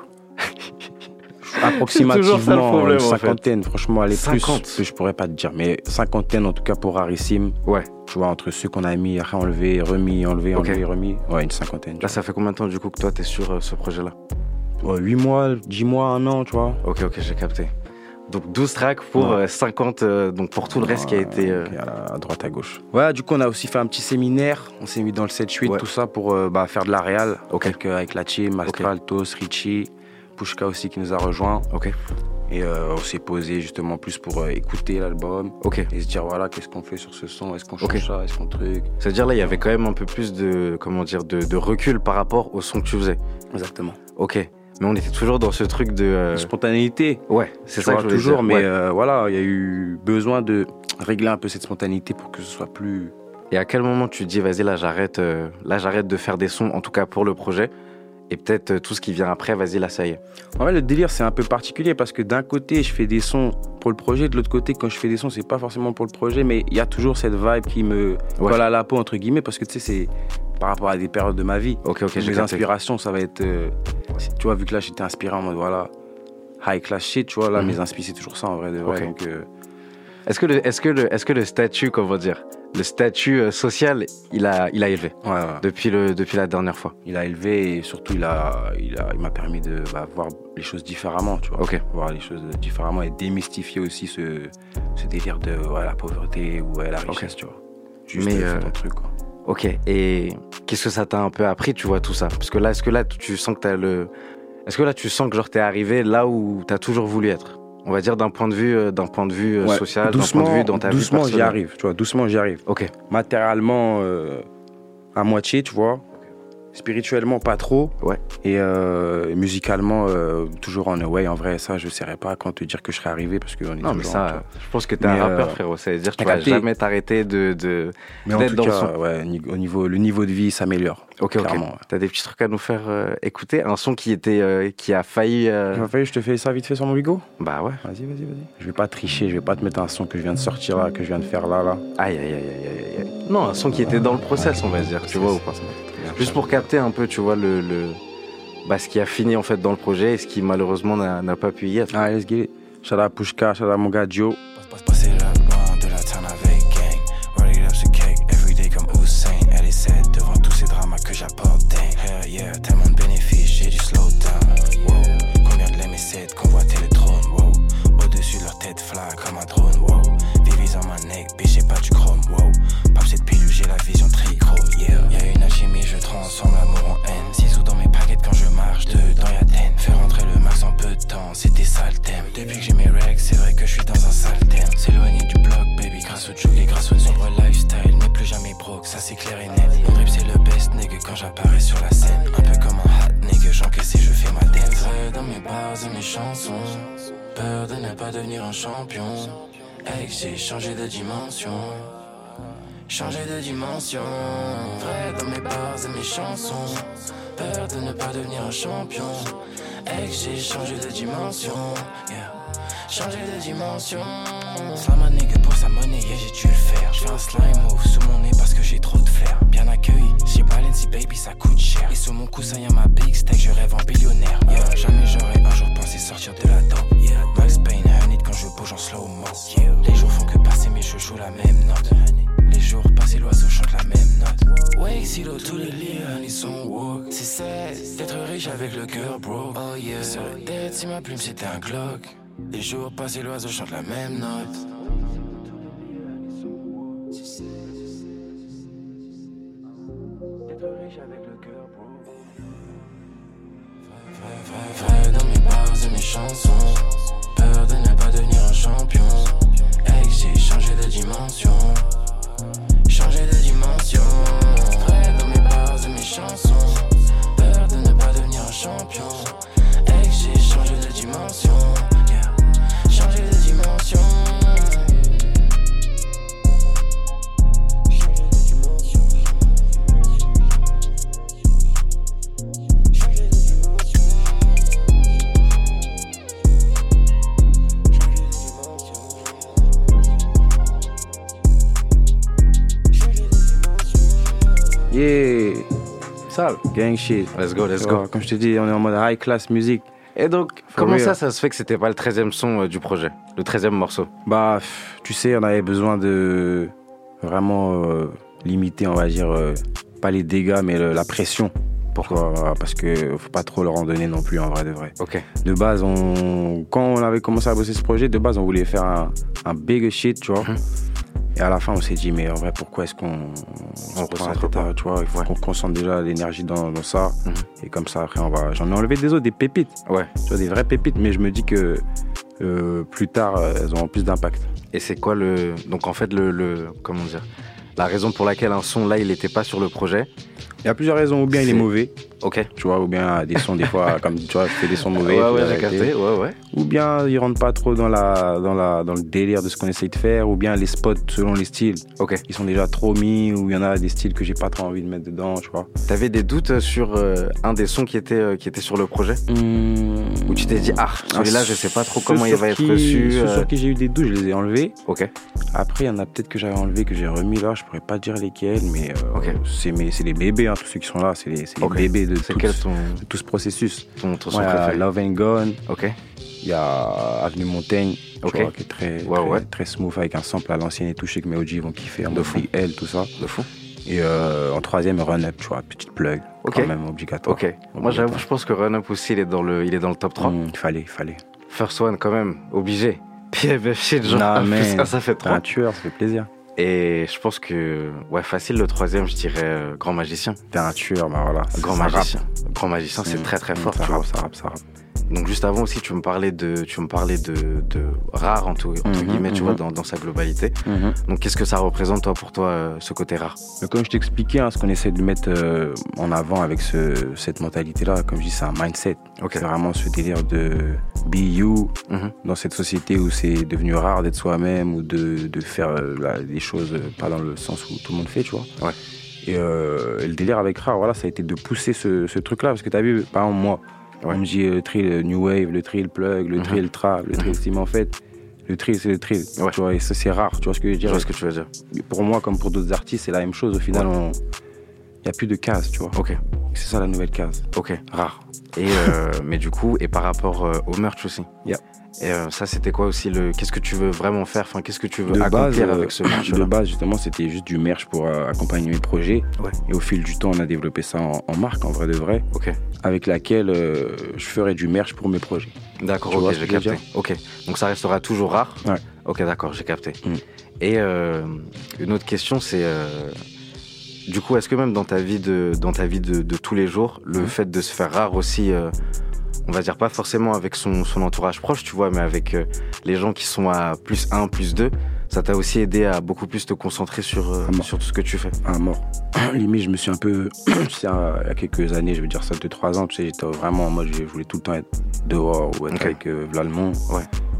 Speaker 7: Approximativement
Speaker 5: toujours ça, le problème,
Speaker 7: une
Speaker 5: en fait.
Speaker 7: cinquantaine, franchement, aller plus,
Speaker 5: cinquante.
Speaker 7: plus, je pourrais pas te dire, mais cinquantaine en tout cas pour Rarissime.
Speaker 5: Ouais.
Speaker 7: Tu vois, entre ceux qu'on a mis, après enlevé, remis, enlevé,
Speaker 5: Ok.
Speaker 7: enlevé, remis. Ouais, une cinquantaine. tu
Speaker 5: Là, ça fait combien de temps, du coup, que toi, t'es sur euh, ce projet-là?
Speaker 7: vois. Ouais, huit mois, dix mois, un an, tu vois.
Speaker 5: Ok, ok, j'ai capté. Donc douze tracks pour
Speaker 7: Ouais.
Speaker 5: euh, cinquante, euh, donc pour tout le reste qui a été... euh,
Speaker 7: Ok, à, la- à droite, à gauche. Ouais, du coup, on a aussi fait un petit séminaire. On s'est mis dans le sept huit,
Speaker 5: Ouais.
Speaker 7: tout ça, pour euh, bah, faire de la réal.
Speaker 5: Ok.
Speaker 7: Avec, euh, avec la team, Astral, Tos, Richie, Pushka aussi qui nous a rejoint.
Speaker 5: Ok,
Speaker 7: Et euh, on s'est posé justement plus pour euh, écouter l'album.
Speaker 5: ok.
Speaker 7: Et se dire, voilà, qu'est-ce qu'on fait sur ce son? Est-ce qu'on change
Speaker 5: Ok.
Speaker 7: ça? Est-ce qu'on truc?
Speaker 5: C'est-à-dire là, il y avait quand même un peu plus de, comment dire, de, de recul par rapport au son que tu faisais.
Speaker 7: Exactement.
Speaker 5: Ok. Mais on était toujours dans ce truc de... euh,
Speaker 7: Spontanéité.
Speaker 5: Ouais, c'est
Speaker 7: Tu
Speaker 5: ça que
Speaker 7: vois,
Speaker 5: je voulais
Speaker 7: toujours,
Speaker 5: dire.
Speaker 7: mais
Speaker 5: Ouais.
Speaker 7: euh, voilà, il y a eu besoin de régler un peu cette spontanéité pour que ce soit plus.
Speaker 5: Et à quel moment tu te dis, vas-y, là, j'arrête, euh, là, j'arrête de faire des sons, en tout cas pour le projet, et peut-être euh, tout ce qui vient après, vas-y, là, ça y est.
Speaker 7: En vrai, le délire, c'est un peu particulier parce que d'un côté, je fais des sons pour le projet, de l'autre côté, quand je fais des sons, c'est pas forcément pour le projet, mais il y a toujours cette vibe qui me
Speaker 5: Ouais.
Speaker 7: colle à la peau, entre guillemets, parce que tu sais, c'est par rapport à des périodes de ma vie.
Speaker 5: Ok, ok, j'ai
Speaker 7: Mes
Speaker 5: capté.
Speaker 7: inspirations, ça va être. euh, tu vois, vu que là, j'étais inspiré en mode, voilà, high class shit, tu vois, là,
Speaker 5: Mhm.
Speaker 7: mes inspirations, c'est toujours ça en vrai de vrai.
Speaker 5: Ok.
Speaker 7: Donc, euh,
Speaker 5: Est-ce que le, est-ce que le, est-ce que le statut, comment dire, le statut euh, social, il a, il a élevé
Speaker 7: ouais, ouais.
Speaker 5: depuis le, depuis la dernière fois.
Speaker 7: Il a élevé et surtout, il a, il a, il m'a permis de bah, voir les choses différemment, tu vois.
Speaker 5: Ok.
Speaker 7: Voir les choses différemment et démystifier aussi ce, ce délire de ouais, la pauvreté ou ouais, la richesse,
Speaker 5: Ok.
Speaker 7: tu vois. Juste
Speaker 5: Mais,
Speaker 7: euh, fais
Speaker 5: euh,
Speaker 7: ton truc, quoi.
Speaker 5: Ok. Et qu'est-ce que ça t'a un peu appris, tu vois, tout ça? Parce que là, est-ce que là, tu sens que t'as le, est-ce que là, tu sens que genre t'es arrivé là où t'as toujours voulu être? On va dire d'un point de vue, euh, d'un point de vue euh,
Speaker 7: Ouais,
Speaker 5: social, d'un point
Speaker 7: doucement,
Speaker 5: de vue dans ta vie
Speaker 7: doucement, j'y
Speaker 5: personnelle.
Speaker 7: arrive, tu vois. Doucement, j'y arrive.
Speaker 5: Ok.
Speaker 7: Matériellement, euh, à moitié, tu vois. Spirituellement, pas trop.
Speaker 5: Ouais.
Speaker 7: Et euh, musicalement, euh, toujours en away. En vrai, ça, je ne saurais pas quand te dire que je serais arrivé parce qu'on est
Speaker 5: Non, mais
Speaker 7: toujours, tu
Speaker 5: ça,
Speaker 7: vois.
Speaker 5: je pense que t'es
Speaker 7: Mais,
Speaker 5: un rappeur,
Speaker 7: euh,
Speaker 5: frérot. Ça veut dire que tu
Speaker 7: t'as
Speaker 5: vas
Speaker 7: capté.
Speaker 5: jamais t'arrêter de, de...
Speaker 7: Mais en
Speaker 5: d'être
Speaker 7: tout
Speaker 5: dans le
Speaker 7: cas,
Speaker 5: son.
Speaker 7: ouais, ni- au niveau, le niveau de vie s'améliore.
Speaker 5: Ok, ok.
Speaker 7: Clairement, ouais.
Speaker 5: T'as des petits trucs à nous faire euh, écouter? Un son qui était, euh, qui a failli. euh,
Speaker 7: Tu m'as je te fais ça vite fait sur mon Bigo.
Speaker 5: Bah ouais.
Speaker 7: Vas-y, vas-y, vas-y. Je vais pas tricher, je vais pas te mettre un son que je viens de sortir là, que je viens de faire là, là.
Speaker 5: Aïe, aïe, aïe, aïe, aïe, aïe. Non, un son qui était dans le process, on va dire, tu vois ou pas? Juste pour capter un peu, tu vois, le, le... Bah, ce qui a fini en fait dans le projet et ce qui malheureusement n'a n'a pas pu y être.
Speaker 7: Allez, let's get it. Shout out Pushka, shout out mon gars Joe.
Speaker 8: Passer là loin de la town avec gang. Roll it up ce cake, everyday comme Hussein. Elle est sept devant tous ces dramas que j'apporte. Dang, hell yeah, tellement de bénéfices, j'ai du slow down. Wow, combien de l'M sept convoitaient le trône. Wow, au-dessus de leur tête fly comme un drone. Wow, Vivis en ma neck, bitch, j'ai pas du croc. chansons. Peur de ne pas devenir un champion. Hey, j'ai changé de dimension. Changé de dimension. Vrai dans mes bars et mes chansons. Peur de ne pas devenir un champion. Hey, j'ai changé de dimension. Yeah. Changé de dimension. Slam un nigga pour sa monnaie, yeah, j'ai dû le faire. J'fais un slime move sous mon nez parce que j'ai trop de flair. Bien accueilli, j'ai Balenci baby, ça coûte cher. Et sous mon coussin y'a ma big steak, je rêve en billionnaire. Yeah, jamais j'aurais un jour pensé sortir de la dope. Yeah, Max Payne, honey, quand je bouge en slow-mo. Yeah, les jours font que passer, mais je joue la même note. Les jours passés, l'oiseau chante la même note. Wake, silo, tous les liens, ils sont woke. C'est sad d'être riche avec le cœur broke. Oh yeah, sur la tête, si ma plume c'était un Glock. Les jours passés, l'oiseau chante la même note. D'être riche avec le cœur broke. Vrai, vrai, vrai dans mes bars et mes chansons. Peur de ne pas devenir un champion. Hey, j'ai changé de dimension. Changé de dimension. Vrai dans mes bars et mes chansons. Peur de ne pas devenir un champion. Hey, j'ai changé de dimension. Yeah. Changé de dimension. Changé de dimension. Changé de dimension.
Speaker 7: Yeah, sale, gang shit.
Speaker 5: Let's go, let's
Speaker 7: Tu
Speaker 5: go.
Speaker 7: vois, comme je te dis, on est en mode high class music.
Speaker 5: Et donc,
Speaker 7: For
Speaker 5: comment
Speaker 7: real.
Speaker 5: ça, ça se fait que c'était pas le treizième son euh, du projet, le treizième morceau?
Speaker 7: Bah, pff, tu sais, on avait besoin de vraiment euh, limiter, on va dire, euh, pas les dégâts, mais le- la pression. Pourquoi? Parce que faut pas trop leur en donner non plus, en vrai de vrai.
Speaker 5: Ok.
Speaker 7: De base, on... quand on avait commencé à bosser ce projet, de base, on voulait faire un, un big shit, tu vois.
Speaker 5: Mhm.
Speaker 7: Et à la fin, on s'est dit, mais en vrai, pourquoi est-ce qu'on
Speaker 5: On
Speaker 7: se prend la
Speaker 5: concentre
Speaker 7: tête à-
Speaker 5: pas.
Speaker 7: tu vois, il faut
Speaker 5: Ouais.
Speaker 7: qu'on concentre déjà l'énergie dans, dans ça.
Speaker 5: Mhm.
Speaker 7: Et comme ça, après, on va... J'en ai enlevé des autres, des pépites.
Speaker 5: Ouais.
Speaker 7: Tu vois, des vraies pépites, mais je me dis que euh, plus tard, euh, elles auront plus d'impact.
Speaker 5: Et c'est quoi le. Donc en fait, le, le. Comment dire? La raison pour laquelle un son là, il était pas sur le projet.
Speaker 7: Il y a plusieurs raisons, ou bien il est
Speaker 5: C'est-
Speaker 7: mauvais,
Speaker 5: Ok.
Speaker 7: tu vois, ou bien des sons, des fois, comme tu vois, je fais des sons mauvais.
Speaker 5: Ouais,
Speaker 7: faut
Speaker 5: ouais, j'ai
Speaker 7: arrêter.
Speaker 5: capté. Ouais, ouais.
Speaker 7: Ou bien ils rentrent pas trop dans, la, dans, la, dans le délire de ce qu'on essaye de faire, ou bien les spots selon les styles,
Speaker 5: Ok.
Speaker 7: ils sont déjà trop mis, ou il y en a des styles que j'ai pas trop envie de mettre dedans, tu vois.
Speaker 5: T'avais des doutes sur euh, un des sons qui était, euh, qui était sur le projet?
Speaker 7: Mmh.
Speaker 5: Où tu t'es dit, ah, celui-là, je sais pas trop
Speaker 7: Ceux
Speaker 5: comment il
Speaker 7: sur
Speaker 5: va être
Speaker 7: qui-
Speaker 5: reçu.
Speaker 7: Ceux
Speaker 5: euh,
Speaker 7: sur qui j'ai eu des doutes, je les ai enlevés.
Speaker 5: Ok.
Speaker 7: Après, il y en a peut-être que j'avais enlevé, que j'ai remis là, je pourrais pas dire lesquels, mais euh,
Speaker 5: Ok.
Speaker 7: c'est, mes, c'est les bébés, hein, tous ceux qui sont là, c'est les, c'est les
Speaker 5: Ok.
Speaker 7: bébés de
Speaker 5: C'est
Speaker 7: tout,
Speaker 5: quel ton,
Speaker 7: de tout ce processus.
Speaker 5: ton, ton son
Speaker 7: Ouais, il y a
Speaker 5: préféré?
Speaker 7: Love and Gone,
Speaker 5: Ok.
Speaker 7: il y a Avenue Montaigne, tu
Speaker 5: Ok.
Speaker 7: vois, qui est très,
Speaker 5: Ouais,
Speaker 7: très,
Speaker 5: ouais.
Speaker 7: très smooth avec un sample à l'ancienne et tout, je sais que mes O G vont kiffer, en
Speaker 5: De
Speaker 7: mode
Speaker 5: fou.
Speaker 7: Big L, tout ça.
Speaker 5: De fou.
Speaker 7: Et euh, en troisième, Run Up, tu vois, petite plug,
Speaker 5: Ok.
Speaker 7: quand même obligatoire.
Speaker 5: Ok. Moi, j'avoue, je pense que Run Up aussi, il est dans le, il est dans le top trois.
Speaker 7: Mmh, il fallait, il fallait.
Speaker 5: First One, quand même, obligé. P F F shit, genre,
Speaker 7: Non,
Speaker 5: un
Speaker 7: mais
Speaker 5: plus un, ça fait
Speaker 7: T'es un
Speaker 5: trois.
Speaker 7: tueur, ça fait plaisir.
Speaker 5: Et je pense que, ouais, facile, le troisième, je dirais euh, Grand Magicien.
Speaker 7: T'es un tueur, bah voilà.
Speaker 5: Grand
Speaker 7: ça rappe.
Speaker 5: Magicien. Grand Magicien, c'est
Speaker 7: Mmh,
Speaker 5: très très
Speaker 7: mmh,
Speaker 5: fort,
Speaker 7: Ça
Speaker 5: tu vois.
Speaker 7: rappe, ça rappe, ça rappe.
Speaker 5: Donc juste avant aussi, tu me parlais de, tu me parlais de, de rare entre, entre
Speaker 7: Mhm,
Speaker 5: guillemets, tu
Speaker 7: mhm.
Speaker 5: vois, dans, dans sa globalité.
Speaker 7: Mhm.
Speaker 5: Donc qu'est-ce que ça représente toi pour toi, euh, ce côté rare?
Speaker 7: Mais comme je t'expliquais, hein, ce qu'on essaie de mettre euh, en avant avec ce, cette mentalité-là, comme je dis, c'est un mindset.
Speaker 5: Ok.
Speaker 7: C'est vraiment ce délire de be you
Speaker 5: Mhm.
Speaker 7: dans cette société où c'est devenu rare d'être soi-même ou de, de faire euh, la- des choses euh, pas dans le sens où tout le monde fait, tu vois.
Speaker 5: Ouais.
Speaker 7: Et, euh, et le délire avec rare, voilà, ça a été de pousser ce, ce truc-là. Parce que tu as vu, par exemple, moi,
Speaker 5: Ouais.
Speaker 7: on me dit le trill euh, New Wave, le trill Plug, le
Speaker 5: Mhm.
Speaker 7: trill Trap, le trill Steam. En fait, le trill, c'est le trill.
Speaker 5: Ouais.
Speaker 7: Tu vois, et ça, c'est rare. Tu vois ce que je veux
Speaker 5: Je
Speaker 7: dire?
Speaker 5: vois ce que tu veux dire.
Speaker 7: Pour moi, comme pour d'autres artistes, c'est la même chose. Au final,
Speaker 5: Ouais.
Speaker 7: on... il n'y a plus de cases, tu vois.
Speaker 5: Ok,
Speaker 7: C'est ça la nouvelle case.
Speaker 5: ok, rare. Et euh, mais du coup, et par rapport euh, au merch aussi.
Speaker 7: Yeah.
Speaker 5: Et euh, ça, c'était quoi aussi le, qu'est-ce que tu veux vraiment faire? Enfin, qu'est-ce que tu veux
Speaker 7: De
Speaker 5: accomplir
Speaker 7: base, euh,
Speaker 5: avec ce merch
Speaker 7: De base, justement, c'était juste du merch pour euh, accompagner mes projets.
Speaker 5: Ouais.
Speaker 7: Et au fil du temps, on a développé ça en, en marque, en vrai de vrai,
Speaker 5: Ok,
Speaker 7: avec laquelle euh, je ferai du merch pour mes projets.
Speaker 5: d'accord,
Speaker 7: Tu vois
Speaker 5: ok,
Speaker 7: ce
Speaker 5: j'ai
Speaker 7: que je veux
Speaker 5: capté. Ok, donc ça restera toujours rare.
Speaker 7: Ouais.
Speaker 5: Ok, d'accord, j'ai capté.
Speaker 7: Mm.
Speaker 5: Et euh, une autre question, c'est euh, du coup, est-ce que même dans ta vie de, dans ta vie de, de tous les jours, le
Speaker 7: Mhm.
Speaker 5: fait de se faire rare aussi, euh, on va dire pas forcément avec son, son entourage proche, tu vois, mais avec euh, les gens qui sont à plus un, plus deux, ça t'a aussi aidé à beaucoup plus te concentrer sur, euh, sur tout ce que tu fais.
Speaker 7: À mort. Limite, je me suis un peu... tu sais, il y a quelques années, je veux dire ça, deux trois ans, tu sais, j'étais vraiment en mode, je voulais tout le temps être dehors ou être okay. avec euh, Vlalmont.
Speaker 5: Ouais.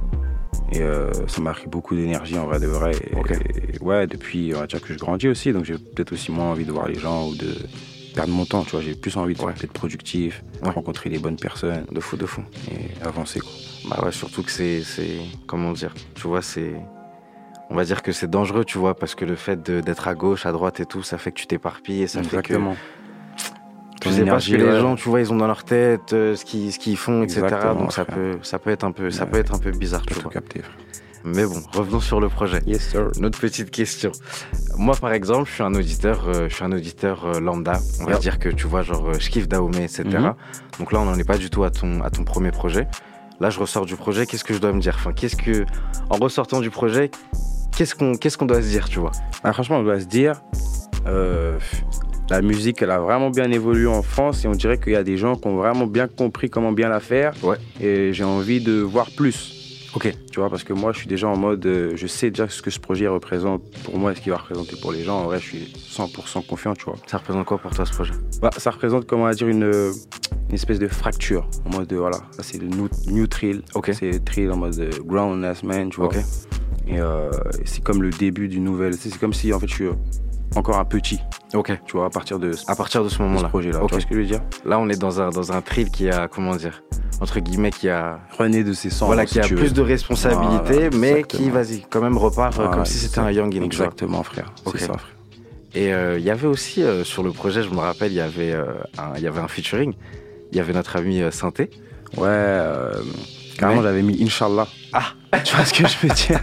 Speaker 7: Et euh, ça m'a pris beaucoup d'énergie en vrai de vrai. Et,
Speaker 5: okay.
Speaker 7: et, ouais, depuis, on va dire que je grandis aussi, donc j'ai peut-être aussi moins envie de voir les gens ou de perdre mon temps, tu vois. J'ai plus envie de, ouais. d'être productif, ouais. rencontrer les bonnes personnes.
Speaker 5: De fou, de fou.
Speaker 7: Et avancer, quoi.
Speaker 5: Bah ouais, surtout que c'est, c'est... Comment dire ? Tu vois, c'est... On va dire que c'est dangereux, tu vois, parce que le fait de, d'être à gauche, à droite et tout, ça fait que tu t'éparpilles et ça
Speaker 7: Exactement.
Speaker 5: fait que... Tu sais énergie, pas ce que ouais. les gens, tu vois, ils ont dans leur tête, euh, ce, qu'ils, ce qu'ils font, et cetera. Exactement, donc ça peut, ça, peut être un peu, ça ouais. peut être un peu bizarre, tu vois.
Speaker 7: Capter.
Speaker 5: Mais bon, revenons sur le projet.
Speaker 7: Yes, sir.
Speaker 5: Une autre petite question. Moi, par exemple, je suis un auditeur, euh, je suis un auditeur euh, lambda. On yep. va dire que, tu vois, genre, je kiffe Dahomey, et cetera. Mm-hmm. Donc là, on n'en est pas du tout à ton, à ton premier projet. Là, je ressors du projet, qu'est-ce que je dois me dire ? Enfin, qu'est-ce que, en ressortant du projet, qu'est-ce qu'on, qu'est-ce qu'on doit se dire, tu vois ?
Speaker 7: Ah, franchement, on doit se dire, euh, la musique, elle a vraiment bien évolué en France et on dirait qu'il y a des gens qui ont vraiment bien compris comment bien la faire.
Speaker 5: Ouais.
Speaker 7: Et j'ai envie de voir plus.
Speaker 5: Ok.
Speaker 7: Tu vois, parce que moi, je suis déjà en mode, euh, je sais déjà ce que ce projet représente pour moi et ce qu'il va représenter pour les gens. En vrai, je suis cent pour cent confiant, tu vois.
Speaker 5: Ça représente quoi pour toi, ce projet ?
Speaker 7: Bah, ça représente, comment dire, une, une espèce de fracture. En mode, voilà, ça c'est le new, new Trill.
Speaker 5: Ok.
Speaker 7: C'est le Trill en mode grown-ass man, tu vois.
Speaker 5: Ok.
Speaker 7: Et euh, c'est comme le début d'une nouvelle. C'est comme si, en fait, je suis encore un petit.
Speaker 5: Ok.
Speaker 7: Tu vois, à partir de,
Speaker 5: à partir de ce moment-là.
Speaker 7: De ce projet-là.
Speaker 5: Okay.
Speaker 7: Tu vois ce que je veux dire ?
Speaker 5: Là, on est dans un, dans un Trill qui a, comment dire, entre guillemets, qui a
Speaker 7: rené de ses cendres,
Speaker 5: voilà, qui
Speaker 7: si
Speaker 5: a plus
Speaker 7: veux.
Speaker 5: de responsabilités,
Speaker 7: voilà,
Speaker 5: mais qui, vas-y, quand même repart voilà, comme si c'était un youngin.
Speaker 7: Exactement, frère.
Speaker 5: Okay.
Speaker 7: C'est ça, frère.
Speaker 5: Et il euh, y avait aussi euh, sur le projet, je me rappelle, il y avait euh, un, y avait un featuring. Il y avait notre ami euh, Synthé.
Speaker 7: Ouais. Euh, carrément, ouais. J'avais mis Inch'Allah.
Speaker 5: Ah.
Speaker 7: Tu vois ce que je veux dire?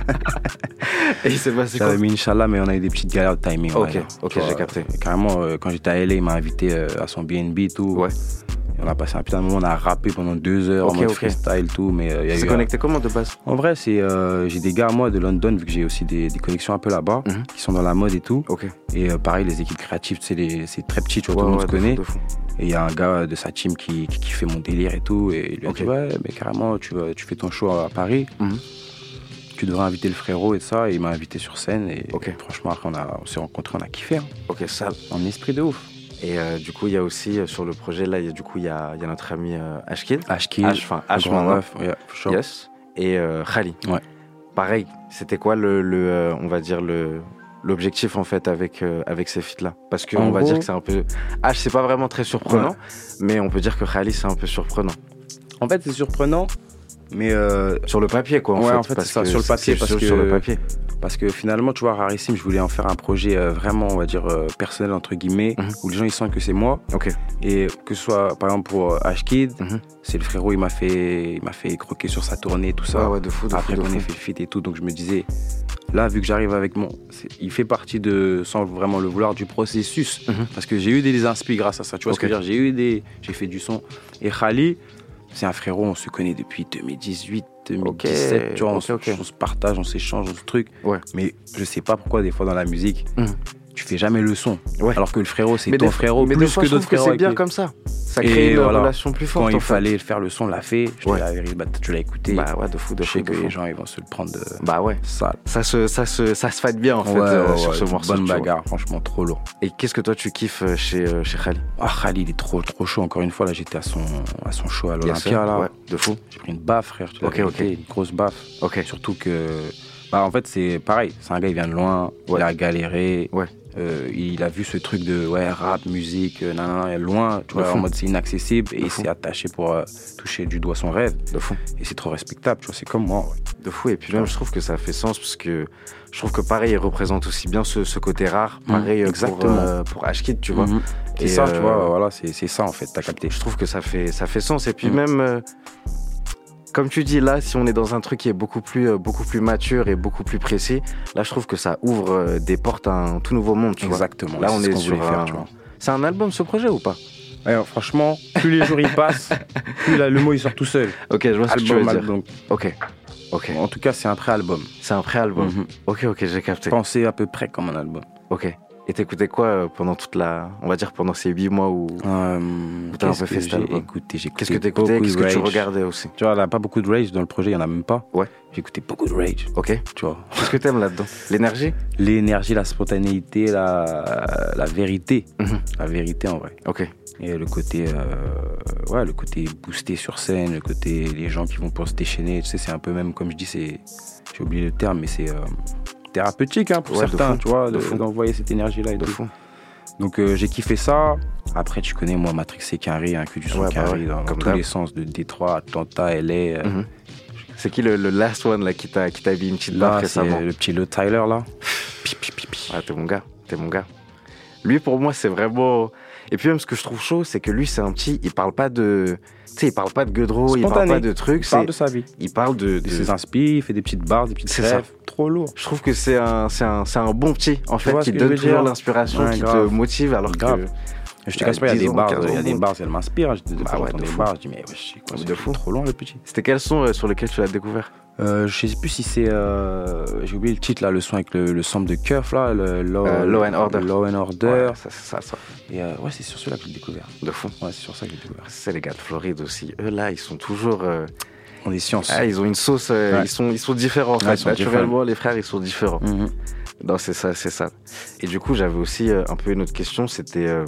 Speaker 5: Et il s'est passé quoi?
Speaker 7: J'avais mis Inch'Allah, mais on a eu des petites galères de timing.
Speaker 5: Ok,
Speaker 7: ouais,
Speaker 5: ok, j'ai capté.
Speaker 7: Carrément, euh, quand j'étais à L A, il m'a invité euh, à son B and B et tout.
Speaker 5: Ouais.
Speaker 7: Et on a passé un putain de moment, on a rappé pendant deux heures okay, en mode okay. freestyle tout. Mais euh, y a
Speaker 5: c'est
Speaker 7: eu,
Speaker 5: connecté
Speaker 7: euh,
Speaker 5: comment de base?
Speaker 7: En vrai, c'est euh, j'ai des gars à moi de London, vu que j'ai aussi des, des connexions un peu là-bas, mm-hmm. qui sont dans la mode et tout.
Speaker 5: Okay.
Speaker 7: Et euh, pareil, les équipes créatives, c'est, les, c'est très petit, tu vois,
Speaker 5: ouais,
Speaker 7: tout le monde
Speaker 5: ouais,
Speaker 7: se connaît.
Speaker 5: De fou, de fou.
Speaker 7: Et il y a un gars de sa team qui, qui, qui fait mon délire et tout. Et il lui a
Speaker 5: okay.
Speaker 7: dit, ouais, mais carrément, tu, tu fais ton show à Paris.
Speaker 5: Mm-hmm.
Speaker 7: Tu devrais inviter le frérot et ça. Et il m'a invité sur scène. Et
Speaker 5: okay.
Speaker 7: franchement, après, on, a, on s'est rencontrés, on a kiffé. Hein.
Speaker 5: Ok, ça.
Speaker 7: En esprit de ouf.
Speaker 5: Et euh, du coup, il y a aussi euh, sur le projet, là, y a, du coup, il y a, y a notre ami euh, Ashkid.
Speaker 7: Ashkid.
Speaker 5: H, enfin, H maintenant.
Speaker 7: Yeah, sure.
Speaker 5: Yes. Et euh, Khali.
Speaker 7: Ouais.
Speaker 5: Pareil, c'était quoi le, le euh, on va dire, le, l'objectif en fait avec, euh, avec ces feats-là? Parce qu'on va gros... dire que c'est un peu. H, c'est pas vraiment très surprenant, ouais. mais on peut dire que Khali, c'est un peu surprenant.
Speaker 7: En fait, c'est surprenant, mais. Euh...
Speaker 5: Sur le papier, quoi, en
Speaker 7: ouais,
Speaker 5: fait.
Speaker 7: en fait,
Speaker 5: parce
Speaker 7: c'est ça,
Speaker 5: que
Speaker 7: sur le papier.
Speaker 5: C'est
Speaker 7: parce
Speaker 5: sur,
Speaker 7: que...
Speaker 5: sur le papier.
Speaker 7: Parce que finalement, tu vois, Rarissime, je voulais en faire un projet euh, vraiment, on va dire, euh, personnel, entre guillemets, mm-hmm. où les gens ils sentent que c'est moi.
Speaker 5: Okay.
Speaker 7: Et que ce soit, par exemple, pour euh, Ashkid,
Speaker 5: mm-hmm.
Speaker 7: c'est le frérot, il m'a fait, il m'a fait croquer sur sa tournée, tout ça.
Speaker 5: Ouais, ouais, de fou, de
Speaker 7: Après
Speaker 5: fou,
Speaker 7: qu'on ait fait le feat et tout, donc je me disais, là, vu que j'arrive avec mon. Il fait partie de, sans vraiment le vouloir, du processus. Mm-hmm. Parce que j'ai eu des inspi grâce à ça, tu vois okay. ce que je veux dire? J'ai eu des. J'ai fait du son. Et Khali, c'est un frérot, on se connaît depuis deux mille dix-huit. deux mille dix-sept, okay, tu vois, okay, on, okay. on se partage, on s'échange, on se truc.
Speaker 5: Ouais.
Speaker 7: Mais je sais pas pourquoi, des fois, dans la musique,
Speaker 5: mmh.
Speaker 7: tu fais jamais le son. Ouais. Alors que le frérot, c'est
Speaker 5: mais
Speaker 7: ton
Speaker 5: des,
Speaker 7: frérot,
Speaker 5: mais
Speaker 7: plus
Speaker 5: des fois,
Speaker 7: que d'autres
Speaker 5: que
Speaker 7: frérots.
Speaker 5: C'est bien les... comme ça. Ça crée
Speaker 7: et
Speaker 5: une
Speaker 7: voilà.
Speaker 5: relation plus forte.
Speaker 7: Quand il
Speaker 5: fait.
Speaker 7: fallait faire le son, on l'a fait. Je
Speaker 5: ouais.
Speaker 7: te l'avais dit, bah, tu l'as écouté.
Speaker 5: Bah ouais, de fou, de
Speaker 7: je
Speaker 5: fou.
Speaker 7: sais que
Speaker 5: fou.
Speaker 7: les gens, ils vont se le prendre de.
Speaker 5: Bah ouais.
Speaker 7: Sale.
Speaker 5: Ça se, ça se, ça se fête bien, en fait,
Speaker 7: ouais,
Speaker 5: euh,
Speaker 7: ouais,
Speaker 5: sur
Speaker 7: ouais,
Speaker 5: ce morceau.
Speaker 7: Bonne bagarre, franchement, trop lourd.
Speaker 5: Et qu'est-ce que toi, tu kiffes chez, euh, chez Khali?
Speaker 7: Ah, Khali, il est trop, trop chaud. Encore une fois, là, j'étais à son, à son show à l'Olympia, là.
Speaker 5: Ouais, de fou.
Speaker 7: J'ai pris une baffe, frère.
Speaker 5: Ok, ok.
Speaker 7: Une grosse baffe.
Speaker 5: Ok.
Speaker 7: Surtout que. Bah, en fait, c'est pareil. C'est un gars, il vient de loin. Ouais. Il a galéré.
Speaker 5: Ouais.
Speaker 7: Euh, il a vu ce truc de ouais, rap, musique, euh, nan, nan, nan, loin, tu vois, en mode c'est inaccessible. Et il s'est attaché pour euh, toucher du doigt son rêve.
Speaker 5: De fou.
Speaker 7: Et c'est trop respectable, tu vois, c'est comme moi. Ouais.
Speaker 5: De fou. Et puis même, je trouve que ça fait sens parce que je trouve que pareil, il représente aussi bien ce, ce côté rare. Pareil, mmh, exactement. Pour, euh, pour Ashkid, tu vois.
Speaker 7: Mmh. C'est
Speaker 5: et
Speaker 7: ça,
Speaker 5: euh,
Speaker 7: tu vois, voilà, c'est, c'est ça en fait, t'as capté.
Speaker 5: Je trouve que ça fait, ça fait sens. Et puis mmh. même. Euh, Comme tu dis, là, si on est dans un truc qui est beaucoup plus, euh, beaucoup plus mature et beaucoup plus précis, là, je trouve que ça ouvre euh, des portes à un tout nouveau monde, tu
Speaker 7: Exactement.
Speaker 5: vois. Là, on
Speaker 7: c'est
Speaker 5: est
Speaker 7: ce
Speaker 5: sur
Speaker 7: faire,
Speaker 5: un...
Speaker 7: tu vois.
Speaker 5: C'est un album, ce projet, ou pas?
Speaker 7: Ouais, franchement, plus les jours y passent, plus là, le mot il sort tout seul.
Speaker 5: Ok, je vois ce
Speaker 7: album,
Speaker 5: que tu veux dire.
Speaker 7: Album.
Speaker 5: Ok. Ok.
Speaker 7: En tout cas, c'est un pré-album.
Speaker 5: C'est un pré-album.
Speaker 7: Mm-hmm.
Speaker 5: Ok, ok, j'ai capté.
Speaker 7: Pensez à peu près comme un album.
Speaker 5: Ok. Et t'écoutais quoi euh, pendant toute la, on va dire pendant ces huit mois où,
Speaker 7: Euh,
Speaker 5: où t'as un peu
Speaker 7: qu'est-ce
Speaker 5: fait
Speaker 7: que
Speaker 5: cet
Speaker 7: j'ai
Speaker 5: album
Speaker 7: écouté, j'ai
Speaker 5: Qu'est-ce que
Speaker 7: écouté
Speaker 5: t'écoutais,
Speaker 7: beaucoup
Speaker 5: qu'est-ce
Speaker 7: de
Speaker 5: que tu
Speaker 7: Rage.
Speaker 5: regardais aussi?
Speaker 7: Tu vois, là, pas beaucoup de Rage dans le projet, il y en a même pas.
Speaker 5: Ouais.
Speaker 7: J'écoutais beaucoup de Rage,
Speaker 5: Ok.
Speaker 7: tu vois.
Speaker 5: Qu'est-ce que t'aimes là-dedans? L'énergie?
Speaker 7: L'énergie, la spontanéité, la, la vérité.
Speaker 5: Mhm.
Speaker 7: La vérité en vrai.
Speaker 5: Ok.
Speaker 7: Et le côté, euh, ouais, le côté boosté sur scène, le côté les gens qui vont pour se déchaîner, tu sais, c'est un peu même, comme je dis, c'est, j'ai oublié le terme, mais c'est euh, thérapeutique hein, pour
Speaker 5: Ouais, de
Speaker 7: certains,
Speaker 5: fou,
Speaker 7: tu vois,
Speaker 5: de
Speaker 7: de-
Speaker 5: fou.
Speaker 7: d'envoyer cette énergie-là et
Speaker 5: De
Speaker 7: tout.
Speaker 5: fou.
Speaker 7: Donc euh, j'ai kiffé ça. Après, tu connais, moi, Matrix et Carré, hein, que du son
Speaker 5: Ouais, bah
Speaker 7: Carré
Speaker 5: ouais,
Speaker 7: dans, dans
Speaker 5: comme
Speaker 7: tous
Speaker 5: d'hab.
Speaker 7: les sens, de Détroit, Atlanta, L A. euh,
Speaker 5: Mhm. C'est qui le, le last one là qui t'a qui t'a mis une petite
Speaker 7: Là,
Speaker 5: baffe
Speaker 7: c'est
Speaker 5: récemment?
Speaker 7: le petit Le Tyler, là. Pi, pi, pi, pi.
Speaker 5: Ah, t'es mon gars, t'es mon gars. Lui, pour moi, c'est vraiment. Et puis même, ce que je trouve chaud, c'est que lui, c'est un petit. Il parle pas de. Tu sais, il parle pas de Godreau, il parle
Speaker 7: Spontané.
Speaker 5: pas de trucs.
Speaker 7: Il parle
Speaker 5: c'est-
Speaker 7: de sa vie.
Speaker 5: Il parle de.
Speaker 7: De
Speaker 5: de-
Speaker 7: ses inspires, il fait des petites barres, des petites
Speaker 5: C'est ça.
Speaker 7: rêves. Trop lourd.
Speaker 5: Je trouve que c'est un, c'est un, c'est un bon petit, en fait,
Speaker 7: vois ce
Speaker 5: qui
Speaker 7: que je
Speaker 5: donne
Speaker 7: veux
Speaker 5: toujours
Speaker 7: dire
Speaker 5: l'inspiration,
Speaker 7: Ouais,
Speaker 5: qui te
Speaker 7: grave.
Speaker 5: motive, alors
Speaker 7: Grave.
Speaker 5: que.
Speaker 7: Je te
Speaker 5: Il y a
Speaker 7: cache pas, il y a
Speaker 5: dix
Speaker 7: des
Speaker 5: ans,
Speaker 7: barres,
Speaker 5: quinze
Speaker 7: il y a
Speaker 5: ans,
Speaker 7: des
Speaker 5: bon.
Speaker 7: barres, elles m'inspirent. Je
Speaker 5: Bah ouais, de
Speaker 7: des
Speaker 5: fou.
Speaker 7: barres, je dis, mais wesh, c'est quoi,
Speaker 5: De
Speaker 7: c'est
Speaker 5: fou.
Speaker 7: trop loin le petit.
Speaker 5: C'était quel son euh, sur lequel tu l'as découvert?
Speaker 7: Euh, je sais plus si c'est. euh, J'ai oublié le titre là, le son avec le, le sample de Curve là, le Law,
Speaker 5: Euh, Law and Order.
Speaker 7: Law and Order.
Speaker 5: Ouais, ça, c'est ça, ça.
Speaker 7: Et euh, ouais, c'est sur celui-là que j'ai découvert.
Speaker 5: De fou.
Speaker 7: Ouais, c'est sur ça que j'ai découvert.
Speaker 5: C'est les gars de Floride aussi. Eux, là, ils sont toujours. euh,
Speaker 7: On est science.
Speaker 5: Ah, ils ont une sauce. euh,
Speaker 7: Ouais.
Speaker 5: ils, sont, ils sont différents, en
Speaker 7: Ouais,
Speaker 5: fait.
Speaker 7: ils sont
Speaker 5: Naturellement, les frères, ils sont différents.
Speaker 7: Mhm.
Speaker 5: Non, c'est ça, c'est ça. Et du coup, j'avais aussi euh, un peu une autre question, c'était euh,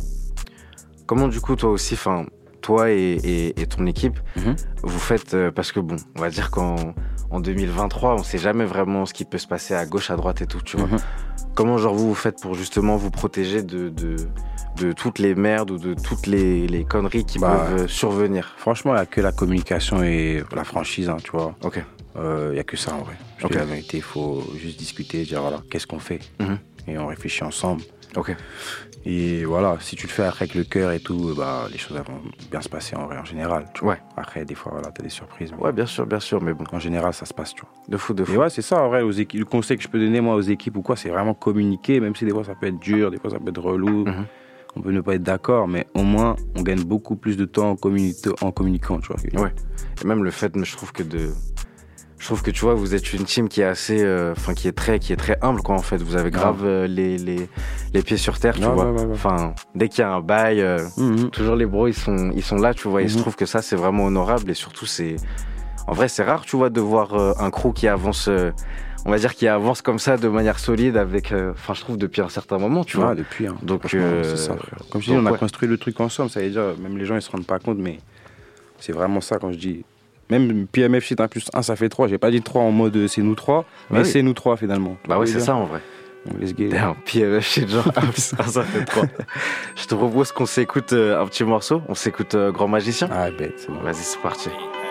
Speaker 5: comment du coup toi aussi, enfin toi et, et- et ton équipe,
Speaker 7: Mhm.
Speaker 5: vous faites euh, parce que bon, on va dire qu'en en deux mille vingt-trois, on sait jamais vraiment ce qui peut se passer à gauche, à droite et tout, tu vois.
Speaker 7: Mhm.
Speaker 5: Comment genre vous vous faites pour justement vous protéger de de, de toutes les merdes ou de toutes les, les conneries qui
Speaker 7: Bah,
Speaker 5: peuvent euh, survenir?
Speaker 7: Franchement, il n'y a que la communication et la franchise, hein, tu vois.
Speaker 5: Ok.
Speaker 7: Il euh, n'y a que ça en vrai. Je te
Speaker 5: Ok.
Speaker 7: dis la vérité, il faut juste discuter, dire voilà, qu'est-ce qu'on fait.
Speaker 5: Mhm.
Speaker 7: Et on réfléchit ensemble.
Speaker 5: Ok.
Speaker 7: Et voilà, si tu le fais avec le cœur et tout, bah, les choses elles vont bien se passer en vrai, en général. Tu vois.
Speaker 5: Ouais.
Speaker 7: Après, des fois, voilà, t'as des surprises. Mais
Speaker 5: Ouais, bien sûr, bien sûr, mais bon,
Speaker 7: en général, ça se passe, tu vois.
Speaker 5: de fou, de fou.
Speaker 7: Et ouais, c'est ça, en vrai, aux équipes, le conseil que je peux donner, moi, aux équipes ou quoi, c'est vraiment communiquer, même si des fois, ça peut être dur, des fois, ça peut être relou.
Speaker 5: Mhm.
Speaker 7: On peut ne pas être d'accord, mais au moins, on gagne beaucoup plus de temps en, communi- en communiquant, tu vois.
Speaker 5: Ouais. Et même le fait, je trouve que de. Je trouve que tu vois, vous êtes une team qui est assez. Enfin, qui est très qui est très humble, quoi, en fait. Vous avez grave euh, les, les, les pieds sur terre, tu
Speaker 7: Ouais,
Speaker 5: vois.
Speaker 7: ouais, ouais, ouais.
Speaker 5: Enfin, dès qu'il y a un bail, euh,
Speaker 7: Mhm.
Speaker 5: toujours les bros, ils sont, ils sont là, tu vois. Et je
Speaker 7: Mhm.
Speaker 5: trouve que ça, c'est vraiment honorable. Et surtout, c'est. En vrai, c'est rare, tu vois, de voir euh, un crew qui avance. euh, on va dire qui avance comme ça de manière solide avec. Enfin, je trouve depuis un certain moment, tu vois.
Speaker 7: Ouais, depuis. Hein.
Speaker 5: Donc,
Speaker 7: Franchement,
Speaker 5: euh,
Speaker 7: c'est ça, frère. Comme je dis,
Speaker 5: donc,
Speaker 7: on a
Speaker 5: ouais.
Speaker 7: construit le truc ensemble, ça veut dire, même les gens, ils se rendent pas compte, mais c'est vraiment ça quand je dis. Même P M F Shit un plus un, ça fait trois. J'ai pas dit trois en mode euh, c'est nous trois, mais
Speaker 5: oui.
Speaker 7: c'est nous trois finalement.
Speaker 5: Bah ouais,
Speaker 7: Tu
Speaker 5: c'est
Speaker 7: vois,
Speaker 5: ça en vrai.
Speaker 7: on laisse guérir.
Speaker 5: Damn, P M F shit, genre, un plus un, ça fait trois. Je te propose qu'on s'écoute euh, un petit morceau. On s'écoute euh, Grand Magicien.
Speaker 7: Ah, bête, c'est bon.
Speaker 5: Vas-y, c'est parti.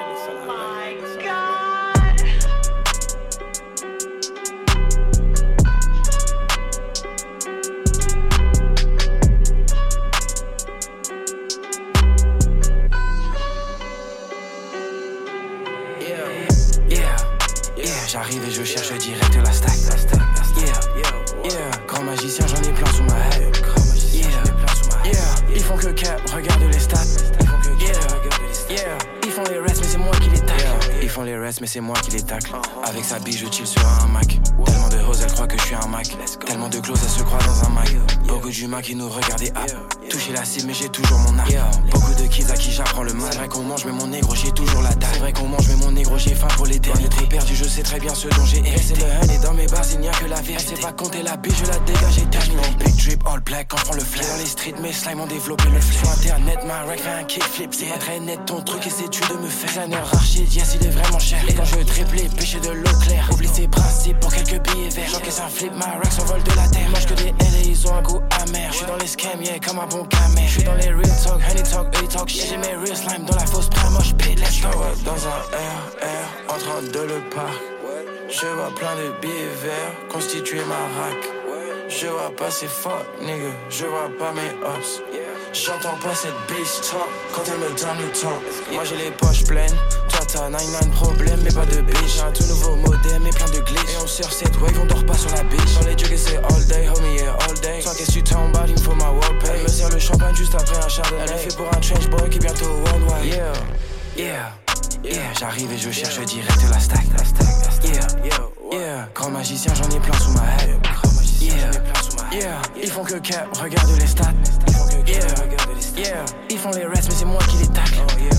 Speaker 8: Yeah, yeah, j'arrive et je cherche direct la stack. Yeah, yeah, grand magicien, j'en ai plein sous ma head. Yeah, yeah, ils font que cap, regarde les stats. Yeah, yeah, ils font les restes, mais c'est moi qui les tacle. Ils font les restes, mais c'est moi qui les tacle. Avec sa bille, je chill sur un Mac. Tellement de roses, elle croit que je suis un Mac. Tellement de closes, elle se croit dans un Mac. Beaucoup d'humains qui nous regardent et ah, toucher la cible, mais j'ai toujours mon arc. Beaucoup de kids à qui j'apprends le mal. C'est vrai qu'on mange, mais mon négro, j'ai toujours la dalle. C'est vrai qu'on mange, mais mon négro, j'ai faim pour l'éternité. Perdu, je sais très bien ce dont j'ai hérité. Le hun et dans mes bars, il n'y a que la vérité. C'est pas compter la bille, je la dégage et terminé. Big drip, all black, quand je prends le flair. Dans les streets, mes slimes ont développé le flair. Sur internet, ma rec fait un kickflip. C'est pas très net ton truc, essaie-tu de me faire. Designer archid, yes, il est vraiment cher. Et quand je triple les péchés de l'eau claire. Oublie ses principes pour quelques billets verts. J'encaisse un flip, ma rec s'envole de la terre. Mange que des L et ils ont un goût amer. J'suis dans les scams, yeah, comme un bon camé. J'suis dans les real talk, honey talk, honey talk. Shit, j'ai mes real slime dans la fausse prime. Moi j'pay, let's go. Dans un R R, en train de le parc. Je vois plein de billets verts constituer ma rack. Je vois pas ces fuck nigga, je vois pas mes ops. J'entends pas cette bitch talk quand elle me donne le temps. Moi j'ai les poches pleines, toi t'as quatre-vingt-dix problèmes mais pas de bitch. J'ai un tout nouveau modem et plein de glitch. Et on sort cette wave, on dort pas sur la bitch. Dans les jugs et c'est all day, homie yeah all day. Toi qu'est-ce que tu tombes, il me faut ma wall pay. Elle me sert le champagne juste après un chardonnay. Elle est fait pour un trench boy qui est bientôt worldwide. Yeah, yeah, yeah, j'arrive et je cherche direct la stack. Yeah, yeah, grand magicien j'en ai plein sous ma head. Yeah, Yeah, ils font que cap, regarde les stats. Yeah, yeah, ils font les restes, mais c'est moi qui les tacle. Oh, yeah.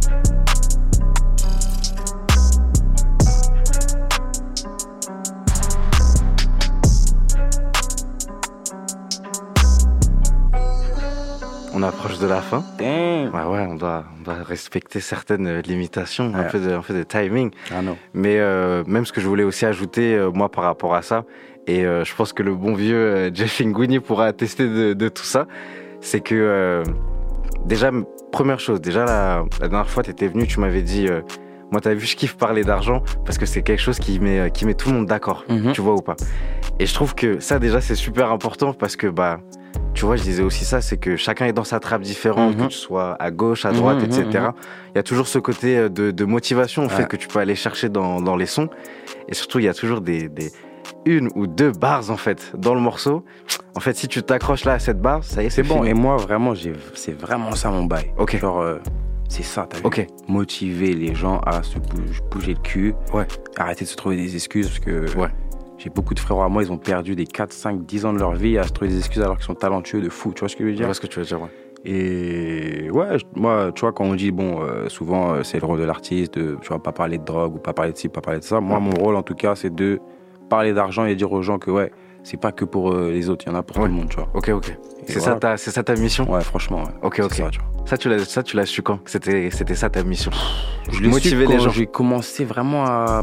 Speaker 5: On approche de la fin.
Speaker 7: Damn.
Speaker 5: Ouais, ouais, on doit, on doit respecter certaines limitations, ouais. un, peu de, un peu de timing.
Speaker 7: Ah non.
Speaker 5: Mais euh, même ce que je voulais aussi ajouter, euh, moi, par rapport à ça, et euh, je pense que le bon vieux euh, Jeff Nguni pourra attester de, de tout ça, c'est que, euh, déjà, première chose, déjà, la, la dernière fois, tu étais venu, tu m'avais dit, euh, moi, t'as vu, je kiffe parler d'argent parce que c'est quelque chose qui met, qui met tout le monde d'accord, mm-hmm. tu vois ou pas. Et je trouve que ça, déjà, c'est super important parce que, bah, tu vois, je disais aussi ça, c'est que chacun est dans sa trappe différente, mm-hmm. que tu sois à gauche, à droite, mm-hmm, et cetera. Il mm-hmm. y a toujours ce côté de, de motivation, au ouais. fait que tu peux aller chercher dans, dans les sons. Et surtout, il y a toujours des, des, une ou deux bars, en fait, dans le morceau. En fait, si tu t'accroches là à cette barre, ça y est, c'est, c'est bon.
Speaker 7: Fini. Et moi, vraiment, j'ai, c'est vraiment ça mon bail.
Speaker 5: Ok.
Speaker 7: Genre, euh, c'est ça, t'as vu.
Speaker 5: Ok.
Speaker 7: Motiver les gens à se bouger, bouger le cul.
Speaker 5: Ouais.
Speaker 7: Arrêter de se trouver des excuses, parce que...
Speaker 5: Ouais.
Speaker 7: J'ai beaucoup de frères à moi, ils ont perdu des quatre, cinq, dix ans de leur vie à se trouver des excuses alors qu'ils sont talentueux de fou. Tu vois ce que je veux dire ?
Speaker 5: Je vois ce que tu veux dire, ouais.
Speaker 7: Et ouais, moi, tu vois, quand on dit, bon, euh, souvent, euh, c'est le rôle de l'artiste, de, tu vois, pas parler de drogue ou pas parler de ci, pas parler de ça. Moi, mon rôle, en tout cas, c'est de parler d'argent et dire aux gens que, ouais, c'est pas que pour euh, les autres, il y en a pour ouais. tout le monde, tu vois.
Speaker 5: Ok, ok. C'est, voilà. ça ta, c'est ça ta mission ?
Speaker 7: Ouais, franchement, ouais.
Speaker 5: Ok, ok.
Speaker 7: Ça, tu vois.
Speaker 5: Ça, tu l'as, ça, tu l'as su quand ? C'était, c'était ça ta mission ?
Speaker 7: Je l'ai su quand les gens. J'ai commencé vraiment à...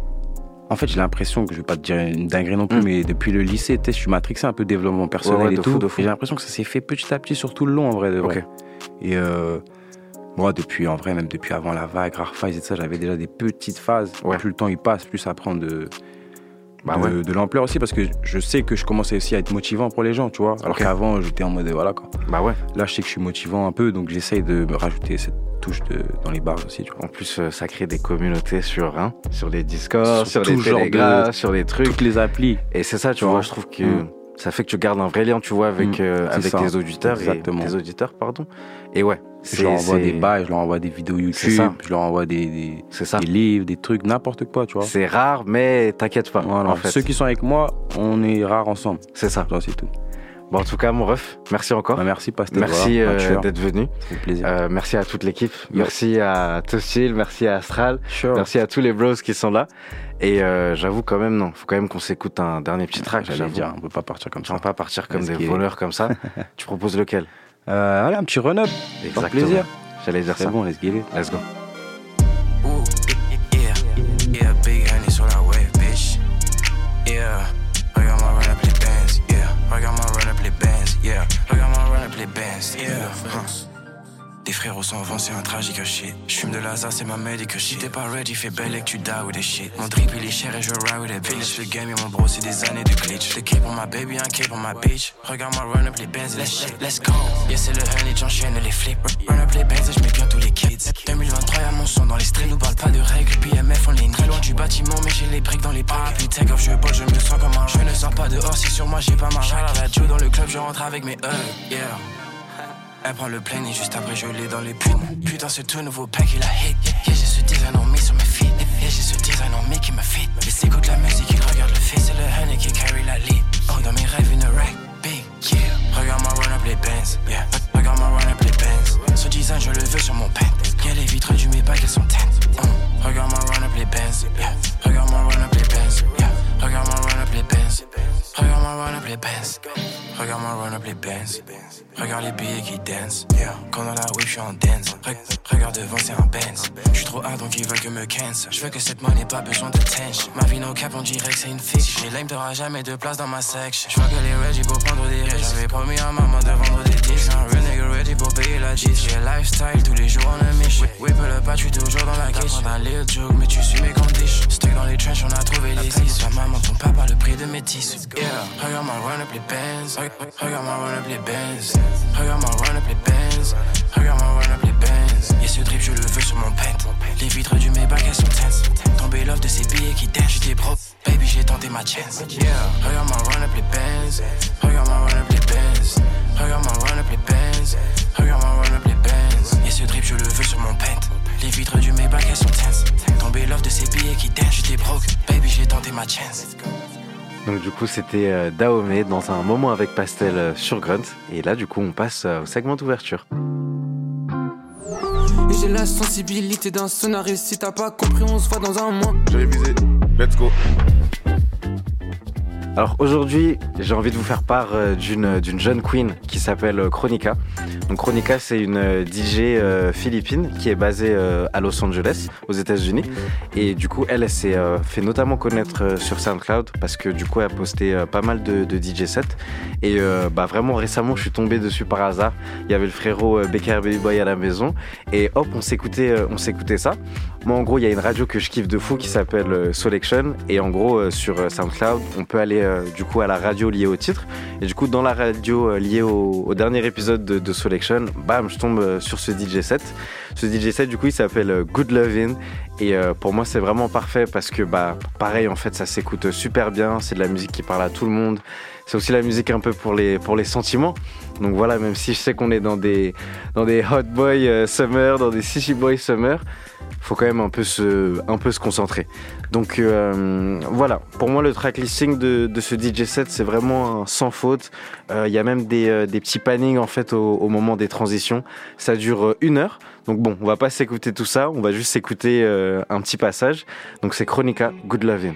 Speaker 7: En fait, j'ai l'impression que je vais pas te dire une dinguerie non plus, mmh. mais depuis le lycée, je suis matrixé un peu développement personnel ouais, ouais, et tout. Fou, et j'ai l'impression que ça s'est fait petit à petit sur tout le long, en vrai, de vrai. Okay. Et euh, moi, depuis, en vrai, même depuis avant la vague, Rare Phase et tout ça, j'avais déjà des petites phases. Ouais. Plus le temps il passe, plus ça prend de, bah, de, ouais. de l'ampleur aussi, parce que je sais que je commençais aussi à être motivant pour les gens, tu vois. Alors okay. qu'avant, j'étais en mode, voilà, quoi.
Speaker 5: Bah ouais.
Speaker 7: Là, je sais que je suis motivant un peu, donc j'essaye de me rajouter cette touche de, dans les bars aussi, tu vois.
Speaker 5: En plus, euh, ça crée des communautés sur, hein, sur les Discord, sur, sur les Telegram, sur les trucs.
Speaker 7: Toutes les applis.
Speaker 5: Et c'est ça, tu, tu vois, vois, je trouve que mmh. ça fait que tu gardes un vrai lien, tu vois, avec, mmh. euh, avec tes auditeurs.
Speaker 7: Exactement.
Speaker 5: Et, tes auditeurs, pardon. Et ouais.
Speaker 7: C'est, je leur envoie c'est... des bails, je leur envoie des vidéos YouTube, je leur envoie des, des, des livres, des trucs, n'importe quoi, tu vois.
Speaker 5: C'est rare, mais t'inquiète pas.
Speaker 7: Voilà. En fait. Ceux qui sont avec moi, on est rares ensemble.
Speaker 5: C'est ça.
Speaker 7: Genre, c'est tout.
Speaker 5: Bon, en tout cas, mon ref, merci encore.
Speaker 7: Bah, merci, Pastel.
Speaker 5: Merci euh, d'être venu.
Speaker 7: Ça fait plaisir.
Speaker 5: Euh, merci à toute l'équipe. Yo. Merci à Tostil, merci à Astral.
Speaker 7: Sure.
Speaker 5: Merci à tous les bros qui sont là. Et euh, j'avoue quand même, non, faut quand même qu'on s'écoute un dernier petit track.
Speaker 7: J'allais dire, on peut pas partir comme ça.
Speaker 5: On peut pas partir comme Let's des voleurs comme ça. Tu proposes lequel ?
Speaker 7: euh, Allez, un petit run-up.
Speaker 5: Exactement.
Speaker 7: Plaisir.
Speaker 5: J'allais dire
Speaker 7: c'est
Speaker 5: ça.
Speaker 7: C'est bon, let's get it.
Speaker 5: Let's go.
Speaker 8: Ooh, yeah, yeah, big honey sur la wave, bitch. Yeah, regarde-moi run up les bands, yeah. Regarde-moi run up les bands, yeah. Regarde-moi run up les bands, yeah. Huh. Des frérots s'en vont, c'est un tragique shit. J'fume de l'Aza, c'est ma medical shit. T'es pas ready, fais belle et que tu die with des shit. Mon drip il est cher et je ride with a bitch. Laisse le game et mon bro, c'est des années de glitch. Le cape pour ma baby, un cape pour ma bitch. Regarde-moi run up les bands, let's shit, let's go. Yeah, c'est le honey, j'enchaîne les flips. Run up les bands et j'mets bien tous les kids. deux mille vingt-trois, y'a mon son dans les streets. Nous parle pas de règles, P M F on les très loin du bâtiment, mais j'ai les briques dans les pas. Puis take off, je bol, je me sens comme un. Je ne sors pas dehors si sur moi j'ai pas ma règle. La Joe dans le club, je rentre avec mes euh, yeah. Elle prend le plein et juste après je l'ai dans les putes. Putain ce tout nouveau pack il a hit. Yeah j'ai ce design en me sur mes feet. Yeah j'ai ce design en me qui me fit. Les écoute la musique, ils regardent le fait. C'est le honey qui carry la lead. Oh dans mes rêves une rack, big yeah. Regarde-moi run up les bands, yeah. Regarde-moi run up les bands. Ce design je le veux sur mon pen. Y'a les vitres du Maybach elles sont teintes. mm. Regarde-moi run up les bands, yeah. Regarde-moi run up les bands, yeah. Regarde-moi run up les bands. Regarde-moi run up les bands. Regarde-moi run up les bands. Regarde les billets qui dance, yeah. Quand dans la whip j'suis en dance. Re- regarde devant c'est un Benz. J'suis trop hard donc ils veulent que me cancel. J'veux que cette money pas besoin de tension. Ma vie no cap on dirait que c'est une fiche. Si j'ai lame t'auras jamais de place dans ma section. J'vois que les ready pour prendre des risques. J'avais promis à maman de vendre des disques. Un real nigga ready pour payer la G. J'ai lifestyle tous les jours on a mission. Whip le pas j'suis toujours dans la kitchen. T'apprends un little joke mais tu suis mes conditions. Stuck dans les trenches on a trouvé les six. La maman ton papa le prix de mes tissus. Yeah, regarde-moi run up les bands. Regarde-moi run up les bands. Regarde-moi run up les bands. Regarde-moi run up les bands. Y'a ce drip je le veux sur mon pet. Les vitres du Maybach elles sont tenses. Tombé l'off de ces billets qui dance. J'étais broke, baby j'ai tenté ma chance. Yeah, regarde-moi run up les bands. Regarde-moi run up les bands. Regarde-moi run up les bands. Regarde-moi run up les bands. Y'a ce drip je le veux sur mon pet. Les vitres du Maybach elles sont tenses. Tombé l'off de ces billets qui dance. J'étais broke, baby j'ai tenté ma chance.
Speaker 5: Donc du coup c'était euh, Dahomey dans un moment avec Pastel euh, sur Grunt. Et là du coup on passe euh, au segment d'ouverture.
Speaker 2: Et j'ai la sensibilité d'un scénariste. Si t'as pas compris, on se voit dans un mois.
Speaker 6: J'ai révisé, let's go.
Speaker 5: Alors aujourd'hui, j'ai envie de vous faire part euh, d'une, d'une jeune queen qui s'appelle euh, Chronica. Donc Chronica, c'est une euh, D J euh, philippine qui est basée euh, à Los Angeles, aux États-Unis. Et du coup, elle, elle s'est euh, fait notamment connaître euh, sur SoundCloud parce que du coup, elle a posté euh, pas mal de, de D J sets. Et euh, bah, vraiment récemment, je suis tombé dessus par hasard. Il y avait le frérot euh, Becker Baby Boy à la maison. Et hop, on s'écoutait, euh, on s'écoutait ça. Moi, en gros, il y a une radio que je kiffe de fou qui s'appelle euh, Selection. Et en gros, euh, sur euh, SoundCloud, on peut aller euh, du coup à la radio liée au titre. Et du coup, dans la radio euh, liée au, au dernier épisode de, de Selection, bam, je tombe euh, sur ce D J set. Ce D J set, du coup, il s'appelle euh, Good Lovin'. Et euh, pour moi, c'est vraiment parfait parce que, bah, pareil, en fait, ça s'écoute super bien. C'est de la musique qui parle à tout le monde. C'est aussi la musique un peu pour les, pour les sentiments. Donc voilà, même si je sais qu'on est dans des, dans des hot boy euh, summer, dans des sissy boy summer, faut quand même un peu se, un peu se concentrer. Donc euh, voilà, pour moi le track listing de, de ce D J set, c'est vraiment un sans faute. Il euh, y a même des, euh, des petits pannings en fait au, au moment des transitions. Ça dure euh, une heure. Donc bon, on va pas s'écouter tout ça, on va juste s'écouter euh, un petit passage. Donc c'est Chronica, Good Lovin'.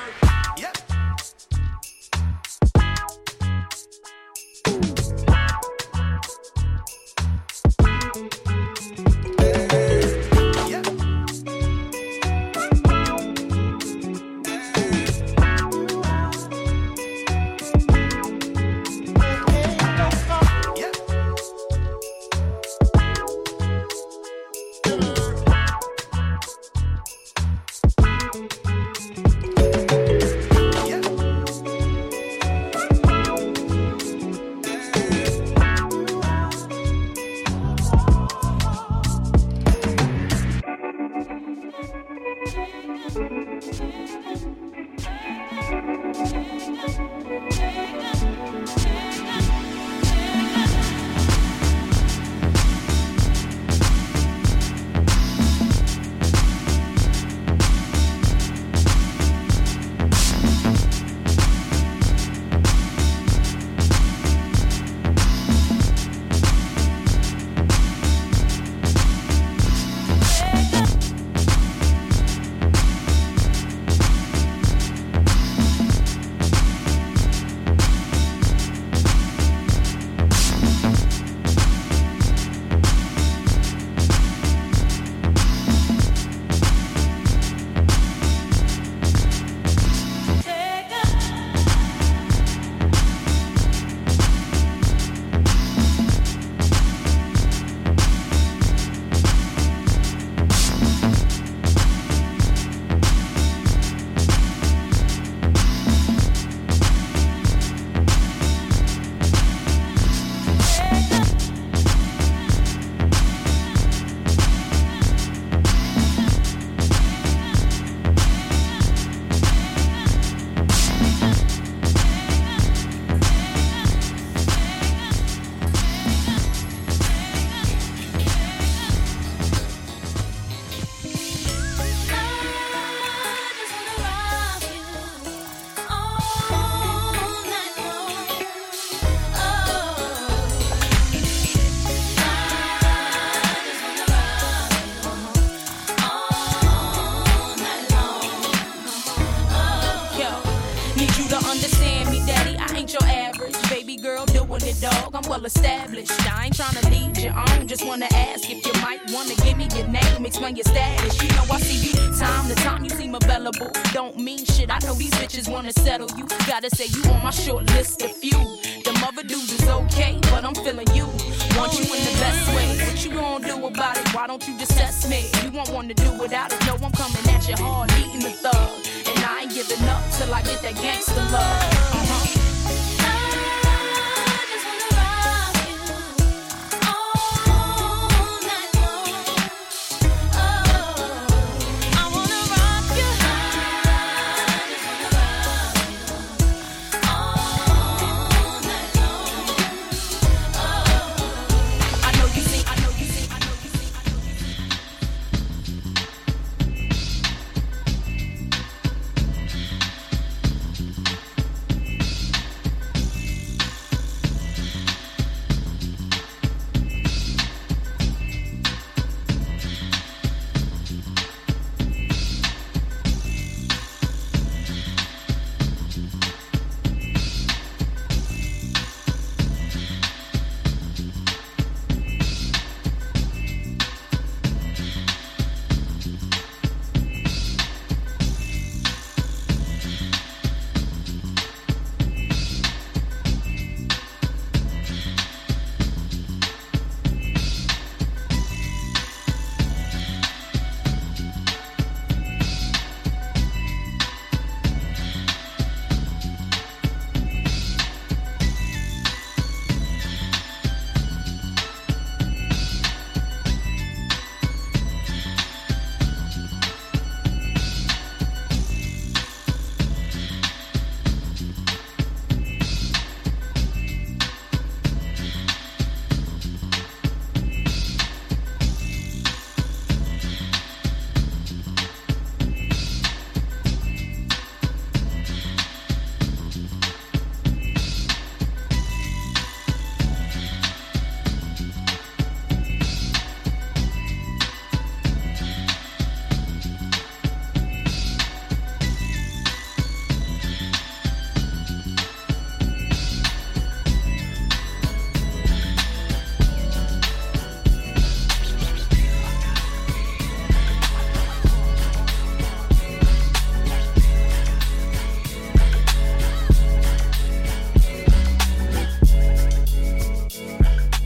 Speaker 9: well established. I ain't tryna lead you on, just wanna ask if you might wanna give me your name, explain your status. You know I see you time to time, you seem available. Don't mean shit, I know these bitches wanna settle you. Gotta say you on my short list of few. Them other dudes is okay, but I'm feeling you. Want you in the best way. What you gonna do about it? Why don't you just test me? You won't want to do without it. No, I'm coming at you hard, eating the thug. And I ain't giving up till I get that gangster love. Uh-huh.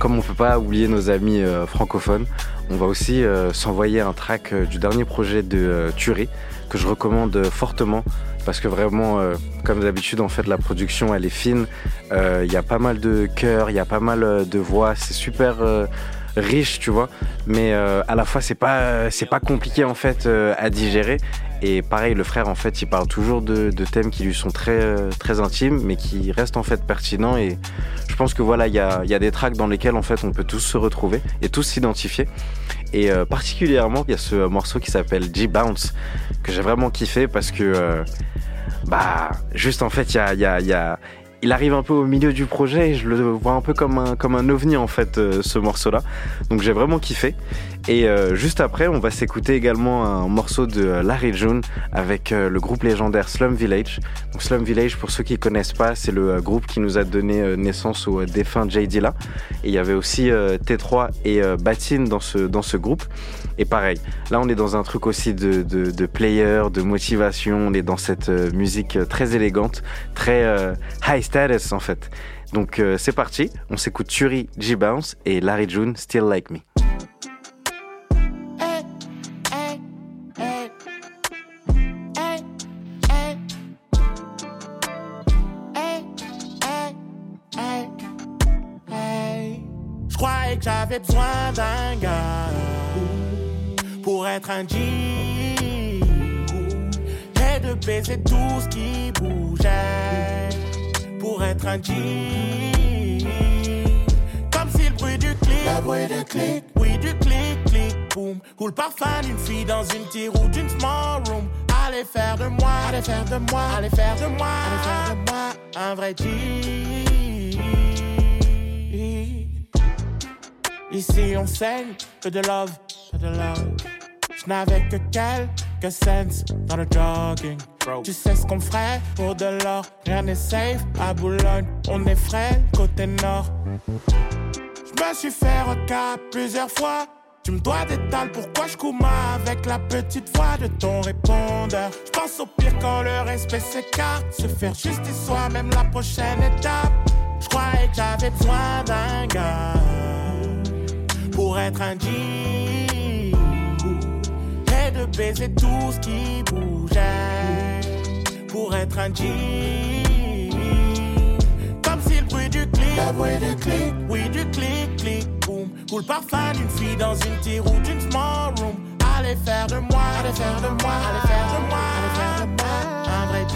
Speaker 5: comme on peut pas oublier nos amis euh, francophones, on va aussi euh, s'envoyer un track euh, du dernier projet de euh, Thury que je recommande euh, fortement parce que vraiment, euh, comme d'habitude, en fait, la production elle est fine. Il euh, y a pas mal de chœurs, il y a pas mal euh, de voix, c'est super euh, riche, tu vois. Mais euh, à la fois, c'est pas c'est pas compliqué en fait euh, à digérer. Et pareil, le frère, en fait, il parle toujours de, de thèmes qui lui sont très, euh, très intimes, mais qui restent en fait pertinents. Et je pense que voilà, il y a, y a des tracks dans lesquels en fait on peut tous se retrouver et tous s'identifier. Et euh, particulièrement, il y a ce morceau qui s'appelle G-Bounce que j'ai vraiment kiffé parce que, euh, bah, juste en fait, il y a, y a, y a il arrive un peu au milieu du projet et je le vois un peu comme un, comme un ovni en fait, euh, ce morceau-là. Donc j'ai vraiment kiffé. Et euh, juste après, on va s'écouter également un morceau de Larry June avec euh, le groupe légendaire Slum Village. Donc Slum Village, pour ceux qui connaissent pas, c'est le euh, groupe qui nous a donné euh, naissance au euh, défunt J Dilla. Et il y avait aussi euh, T trois et euh, Batin dans ce, dans ce groupe. Et pareil, là on est dans un truc aussi de, de, de player, de motivation. On est dans cette euh, musique très élégante, très euh, high status en fait. Donc euh, c'est parti, on s'écoute Thury, G-Bounce et Larry June, Still Like Me.
Speaker 10: J'avais besoin d'un gars pour être un G et de baiser tout ce qui bougeait pour être un G. Comme si le bruit du clic, le bruit du clic, oui du clic, clic, boum, ou le parfum d'une fille dans une tire ou d'une small room. Allez faire de moi, allez faire de moi, allez faire de moi, allez faire de moi un vrai G. Ici on saigne, que de love, que de love. Je n'avais que quelques cents dans le jogging. Bro. Tu sais ce qu'on ferait pour de l'or. Rien n'est safe à Boulogne, on est frais côté nord. Je me suis fait recap plusieurs fois. Tu me dois des tales, pourquoi je couma avec la petite voix de ton répondeur. Je pense au pire quand le respect s'écarte. Se faire justice soi-même la prochaine étape. Je croyais que j'avais besoin d'un gars pour être un G et de baiser tout ce qui bougeait pour être un G. Comme si le bruit du clic, le bruit du clic, oui du clic, clic, boum, ou le parfum d'une fille dans une tire ou d'une small room. Allez faire de moi, allez faire de moi, allez faire de moi, allez faire de moi un vrai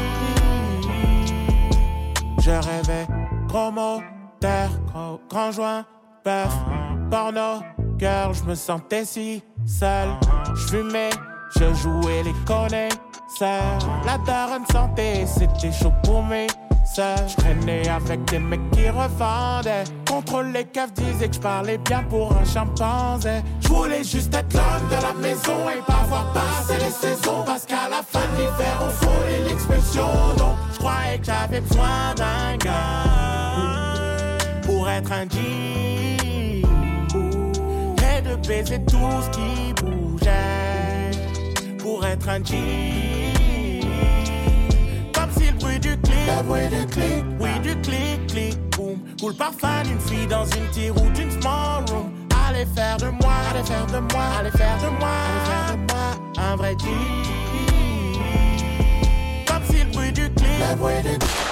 Speaker 10: G. Je rêvais gros moteur, gros, grand joint, bœuf, porno, girl, je me sentais si seul. Je fumais, je jouais les connaisseurs. La daronne santé, c'était chaud pour mes sœurs. Je traînais avec des mecs qui revendaient. Contrôle les caves disaient que je parlais bien pour un chimpanzé. Je voulais juste être l'homme de la maison et pas voir passer les saisons. Parce qu'à la fin de l'hiver, on frôlait l'expulsion. Donc je croyais que j'avais besoin d'un gars pour être un G et de baiser tout ce qui bougeait pour être un G. Comme si le bruit du clic, le bruit du clic, oui du clic, clic, boum, ou le parfum d'une fille dans une tire ou d'une small room. Allez faire de moi, allez faire de moi, allez faire de moi, allez faire de moi un vrai G. Comme si le bruit du clic, le bruit du clic.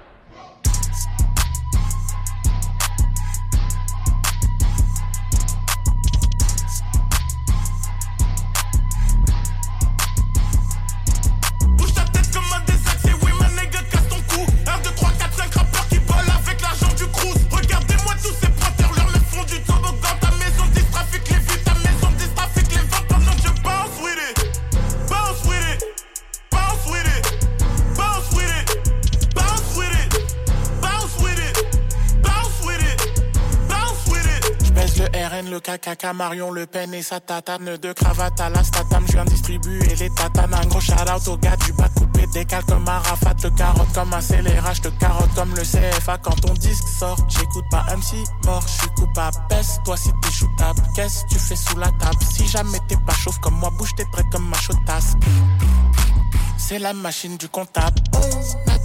Speaker 10: Caca Marion Le Pen et sa tatane de cravate à la statam. Je viens distribuer les tatanes. Un gros shout-out au gars du bas coupé. Décale comme un Rafat, le carotte comme un scélérat. Je te carotte comme le C F A quand ton disque sort. J'écoute pas M C mort, je suis coupable. Pèse-toi si t'es shootable. Qu'est-ce que tu fais sous la table? Si jamais t'es pas chauve comme moi, bouge tes traits comme ma chotasse. C'est la machine du comptable. On a tous quelques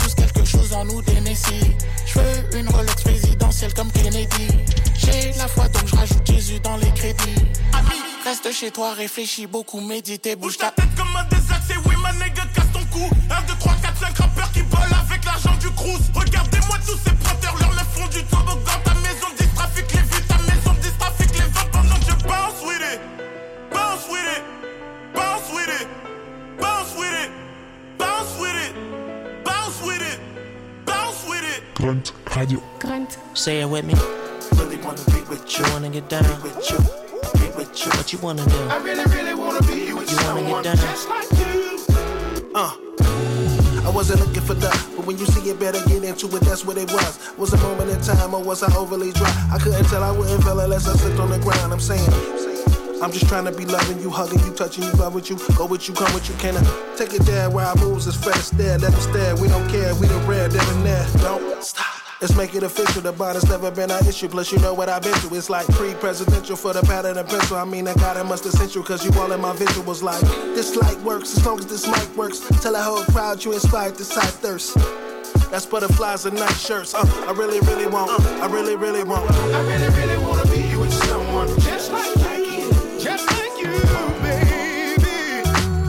Speaker 10: quelque chose en nous d'Hennessy. Je veux une Rolex présidentielle comme Kennedy. J'ai la foi donc je rajoute Jésus dans les crédits. Ami, reste chez toi, réfléchis beaucoup, médite, bouge ta tête comme un désert. C'est oui ma nigga, casse ton cou. un, deux, trois, quatre, cinq rappeurs qui volent avec l'argent du cruise. Regardez-moi tous ces pointeurs, leur lèvres font du toboggan. Ta maison dit trafic les vues, ta maison dit trafic les ventes. Pendant que je bounce with it, bounce with it, bounce with it, bounce with it, bounce with it, bounce with it, bounce with it. Grunt Radio.
Speaker 11: Grunt.
Speaker 12: Say it with me.
Speaker 2: Really wanna be with you,
Speaker 12: Wanna get down?
Speaker 2: be with you, be with you.
Speaker 12: What you wanna do?
Speaker 2: I really, really wanna be with
Speaker 12: You wanna
Speaker 2: someone
Speaker 12: get down?
Speaker 2: just like you. Uh. I wasn't looking for love, but when you see it, better get into it, that's what it was. Was a moment in time, or was I overly dry? I couldn't tell, I wouldn't feel unless I slipped on the ground. I'm saying, I'm just trying to be loving you, hugging you, touching you, love with you, go with you, come with you, can I take it there where our moves is fair to stare, let them stare, we don't care, we the rare, there and there, don't stop. Let's make it official, the bond has never been our issue. Plus you know what I've been through. It's like pre-presidential for the pattern and pencil. I mean, I got it must essential, cause you all in my visuals like this light works, as long as this mic works. Tell the whole crowd you inspired this high thirst. That's butterflies and night shirts. Uh, I really, really want, uh, I really, really want. I really, really wanna be with someone just like, like you, just like you, baby.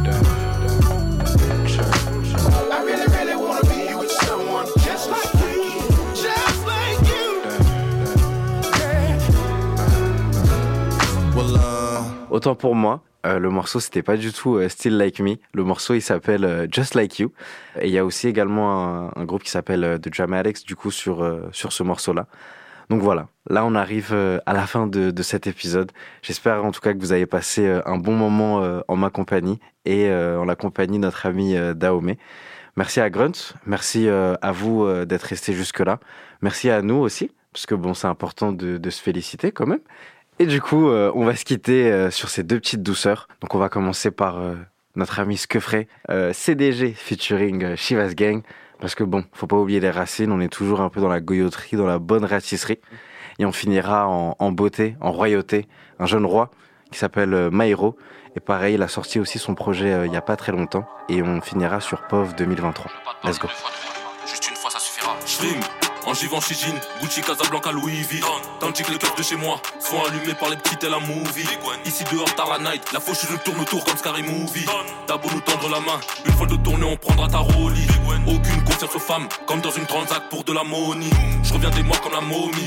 Speaker 2: I really, really wanna be with someone just like you.
Speaker 5: Autant pour moi, euh, le morceau c'était pas du tout euh, Still Like Me. Le morceau il s'appelle euh, Just Like You. Et il y a aussi également un, un groupe qui s'appelle euh, The Dramatics du coup sur, euh, sur ce morceau-là. Donc voilà, là on arrive euh, à la fin de, de cet épisode. J'espère en tout cas que vous avez passé euh, un bon moment euh, en ma compagnie et euh, en la compagnie de notre ami euh, Dahomey. Merci à Grunt, merci euh, à vous euh, d'être restés jusque-là. Merci à nous aussi, parce que bon c'est important de, de se féliciter quand même. Et du coup, euh, on va se quitter euh, sur ces deux petites douceurs. Donc on va commencer par euh, notre ami Skeufrey, euh, C D G featuring euh, Chivas Gang. Parce que bon, faut pas oublier les racines, on est toujours un peu dans la goyoterie, dans la bonne ratisserie. Et on finira en, en beauté, en royauté, un jeune roi qui s'appelle euh, Maïro. Et pareil, il a sorti aussi son projet euh, il y a pas très longtemps. Et on finira sur P O V deux mille vingt-trois. Let's go.
Speaker 13: Juste une fois, ça suffira. J'rime. En givant chez Jean, Gucci, Casablanca, Louis V. Tandis que les keufs de chez moi sont allumés par les petites et la movie. Ici dehors, tard la night, la fauche nous tourne autour comme Scary Movie. T'as beau nous tendre la main, une fois de tournée, on prendra ta rollie. Aucune confiance aux femmes, comme dans une transac pour de la money. Je reviens des morts comme la momie.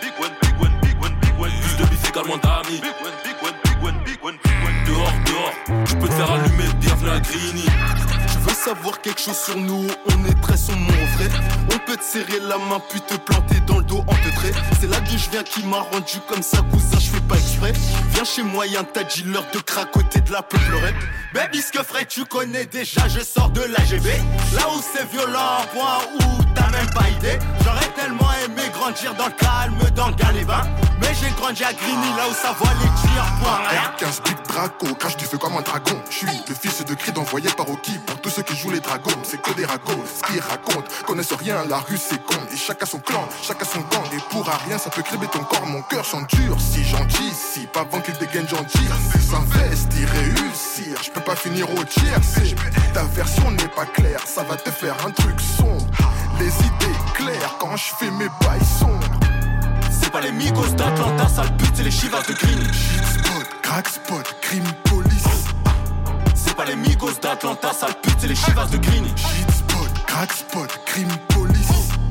Speaker 13: Plus de bif également d'amis. Dehors, dehors, je peux te faire allumer, bienvenue à Greeny.
Speaker 14: Tu veux savoir quelque chose sur nous, on est très sur mon vrai. On peut te serrer la main puis te planter dans le dos en te trait. C'est là d'où je viens qui m'a rendu comme ça, cousin, je fais pas exprès. Viens chez moi, y'a un tas de dealers de crack côté de la pleurette. Baby Skeufrey, tu connais déjà, je sors de l'A G B. Là où c'est violent, point où t'as même pas idée. J'aurais tellement aimé grandir dans le calme, dans le Galévin. Mais j'ai grandi à Greeny, là où ça voit les tirs, point rien.
Speaker 15: R quinze big Draco, crache du feu comme un dragon. Je suis le fils de Creed envoyé par Oki. Pour tous ceux qui jouent les dragons, c'est que des ragots. Ce qu'ils racontent, connaissent rien, la rue c'est con. Et chacun son clan, chacun son gang. Et pour à rien, ça peut cribler ton corps. Mon cœur chante dur, si gentil, si pas avant qu'il dégaine gentil. S'investir, réussir, je peux pas finir au tiers. C'est ta version n'est pas claire, ça va te faire un truc sombre. Les idées claires quand je fais mes bails sombres.
Speaker 14: C'est pas les Migos d'Atlanta, sale pute, c'est les Chivas de Green.
Speaker 15: Shit spot, crack spot, crime police.
Speaker 14: C'est pas les Migos d'Atlanta, sale pute, c'est les Chivas de Green.
Speaker 15: Shit spot, crack spot, crime police.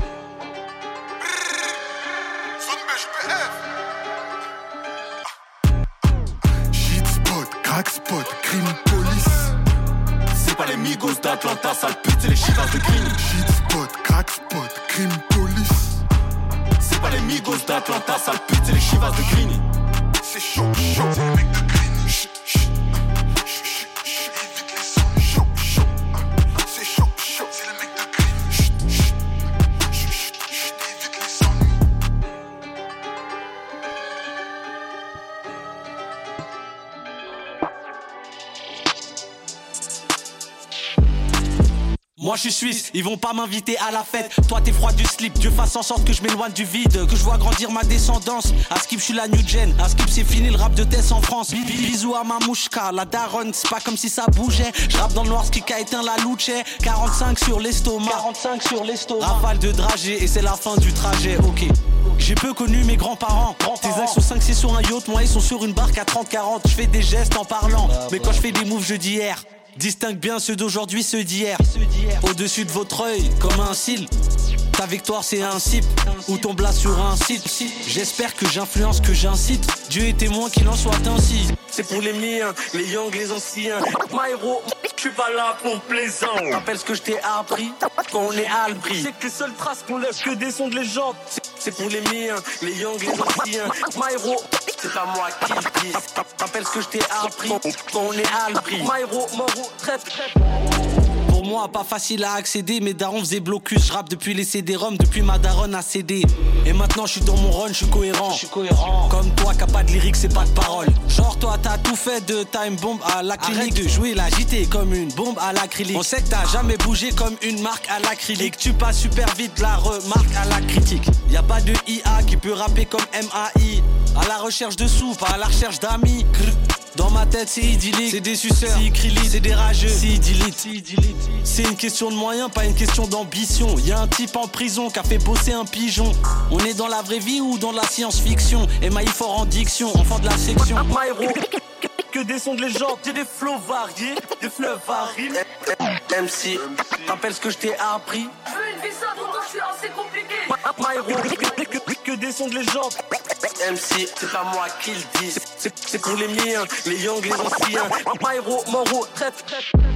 Speaker 15: Shit spot, crack spot, crime police.
Speaker 14: C'est pas les Migos d'Atlanta, sale pute, c'est les Chivas de Green.
Speaker 15: Shit spot, crack spot, crime police.
Speaker 14: C'est pas les Migos d'Atlanta, sale pute, c'est les Chivas de Greeny.
Speaker 15: C'est chaud, chaud, c'est les mecs de Greeny. Chut, chut, chut, chut, chut, évite les sons. Chaud, chaud, c'est chaud, chaud, c'est les mecs de Greeny. Chut, chut, chut, chut, chut, évite les ennuis.
Speaker 11: Moi je suis suisse, ils vont pas m'inviter à la fête. Toi t'es froid du slip, Dieu fasse en sorte que je m'éloigne du vide, que je vois grandir ma descendance. À Skip je suis la new gen, à Skip c'est fini le rap de Tess en France. Bisous à ma mouchka, la daronne, c'est pas comme si ça bougeait. Je rappe dans le noir, ce qui a éteint la louche. quarante-cinq sur l'estomac, quarante-cinq sur l'estomac. Rafale de dragée et c'est la fin du trajet, ok. J'ai peu connu mes grands-parents. Tes ex sont cinq six sur un yacht, moi ils sont sur une barque à trente quarante. Je fais des gestes en parlant, mais quand je fais des moves je dis hier. Distingue bien ceux d'aujourd'hui, ceux d'hier. Au-dessus de votre œil, comme un cil. Ta victoire c'est un sip, ou ton blast sur un site. J'espère que j'influence, que j'incite. Dieu est témoin qu'il en soit ainsi. C'est pour les miens, les young, les anciens. My héros, je suis pas là pour plaisant. Rappelle ce que je t'ai appris, quand on est à l'abri. C'est que les seules traces qu'on laisse, que des sons de légende. C'est pour les miens, les young, les anciens. My héros, c'est pas moi qui le dis. Rappelle ce que je t'ai appris, quand on est à l'abri. My héros, mon retraite. Pour moi, pas facile à accéder. Mes darons faisaient blocus. Je rappe depuis les C D-ROM, depuis ma daronne a cédé. Et maintenant, je suis dans mon run, je suis cohérent. Je suis cohérent. Comme toi, qui a pas de lyrique, c'est pas de parole. Genre, toi, t'as tout fait de time bomb à la clinique. Arrête de jouer l'agité comme une bombe à l'acrylique. On sait que t'as jamais bougé comme une marque à l'acrylique. Tu passes super vite la remarque à la critique. Y a pas de I A qui peut rapper comme M A I. À la recherche de sous, pas à la recherche d'amis. Dans ma tête c'est idyllique, c'est des suceurs, c'est écrit, c'est des rageux, c'est idyllique. C'est une question de moyens, pas une question d'ambition. Y'a un type en prison qui a fait bosser un pigeon. On est dans la vraie vie ou dans la science-fiction? M A I fort en diction, enfant de la section. My héros, que des sons de légende, j'ai des flows variés, des fleuves variés. M C, rappelle ce que je t'ai appris.
Speaker 9: Je veux une vie simple, pourtant je suis assez compliqué.
Speaker 11: My héros, que, que des sons de légende. M C, c'est pas moi qui le dis, c'est pour les miens, les young, les anciens. My héros, mon retraite.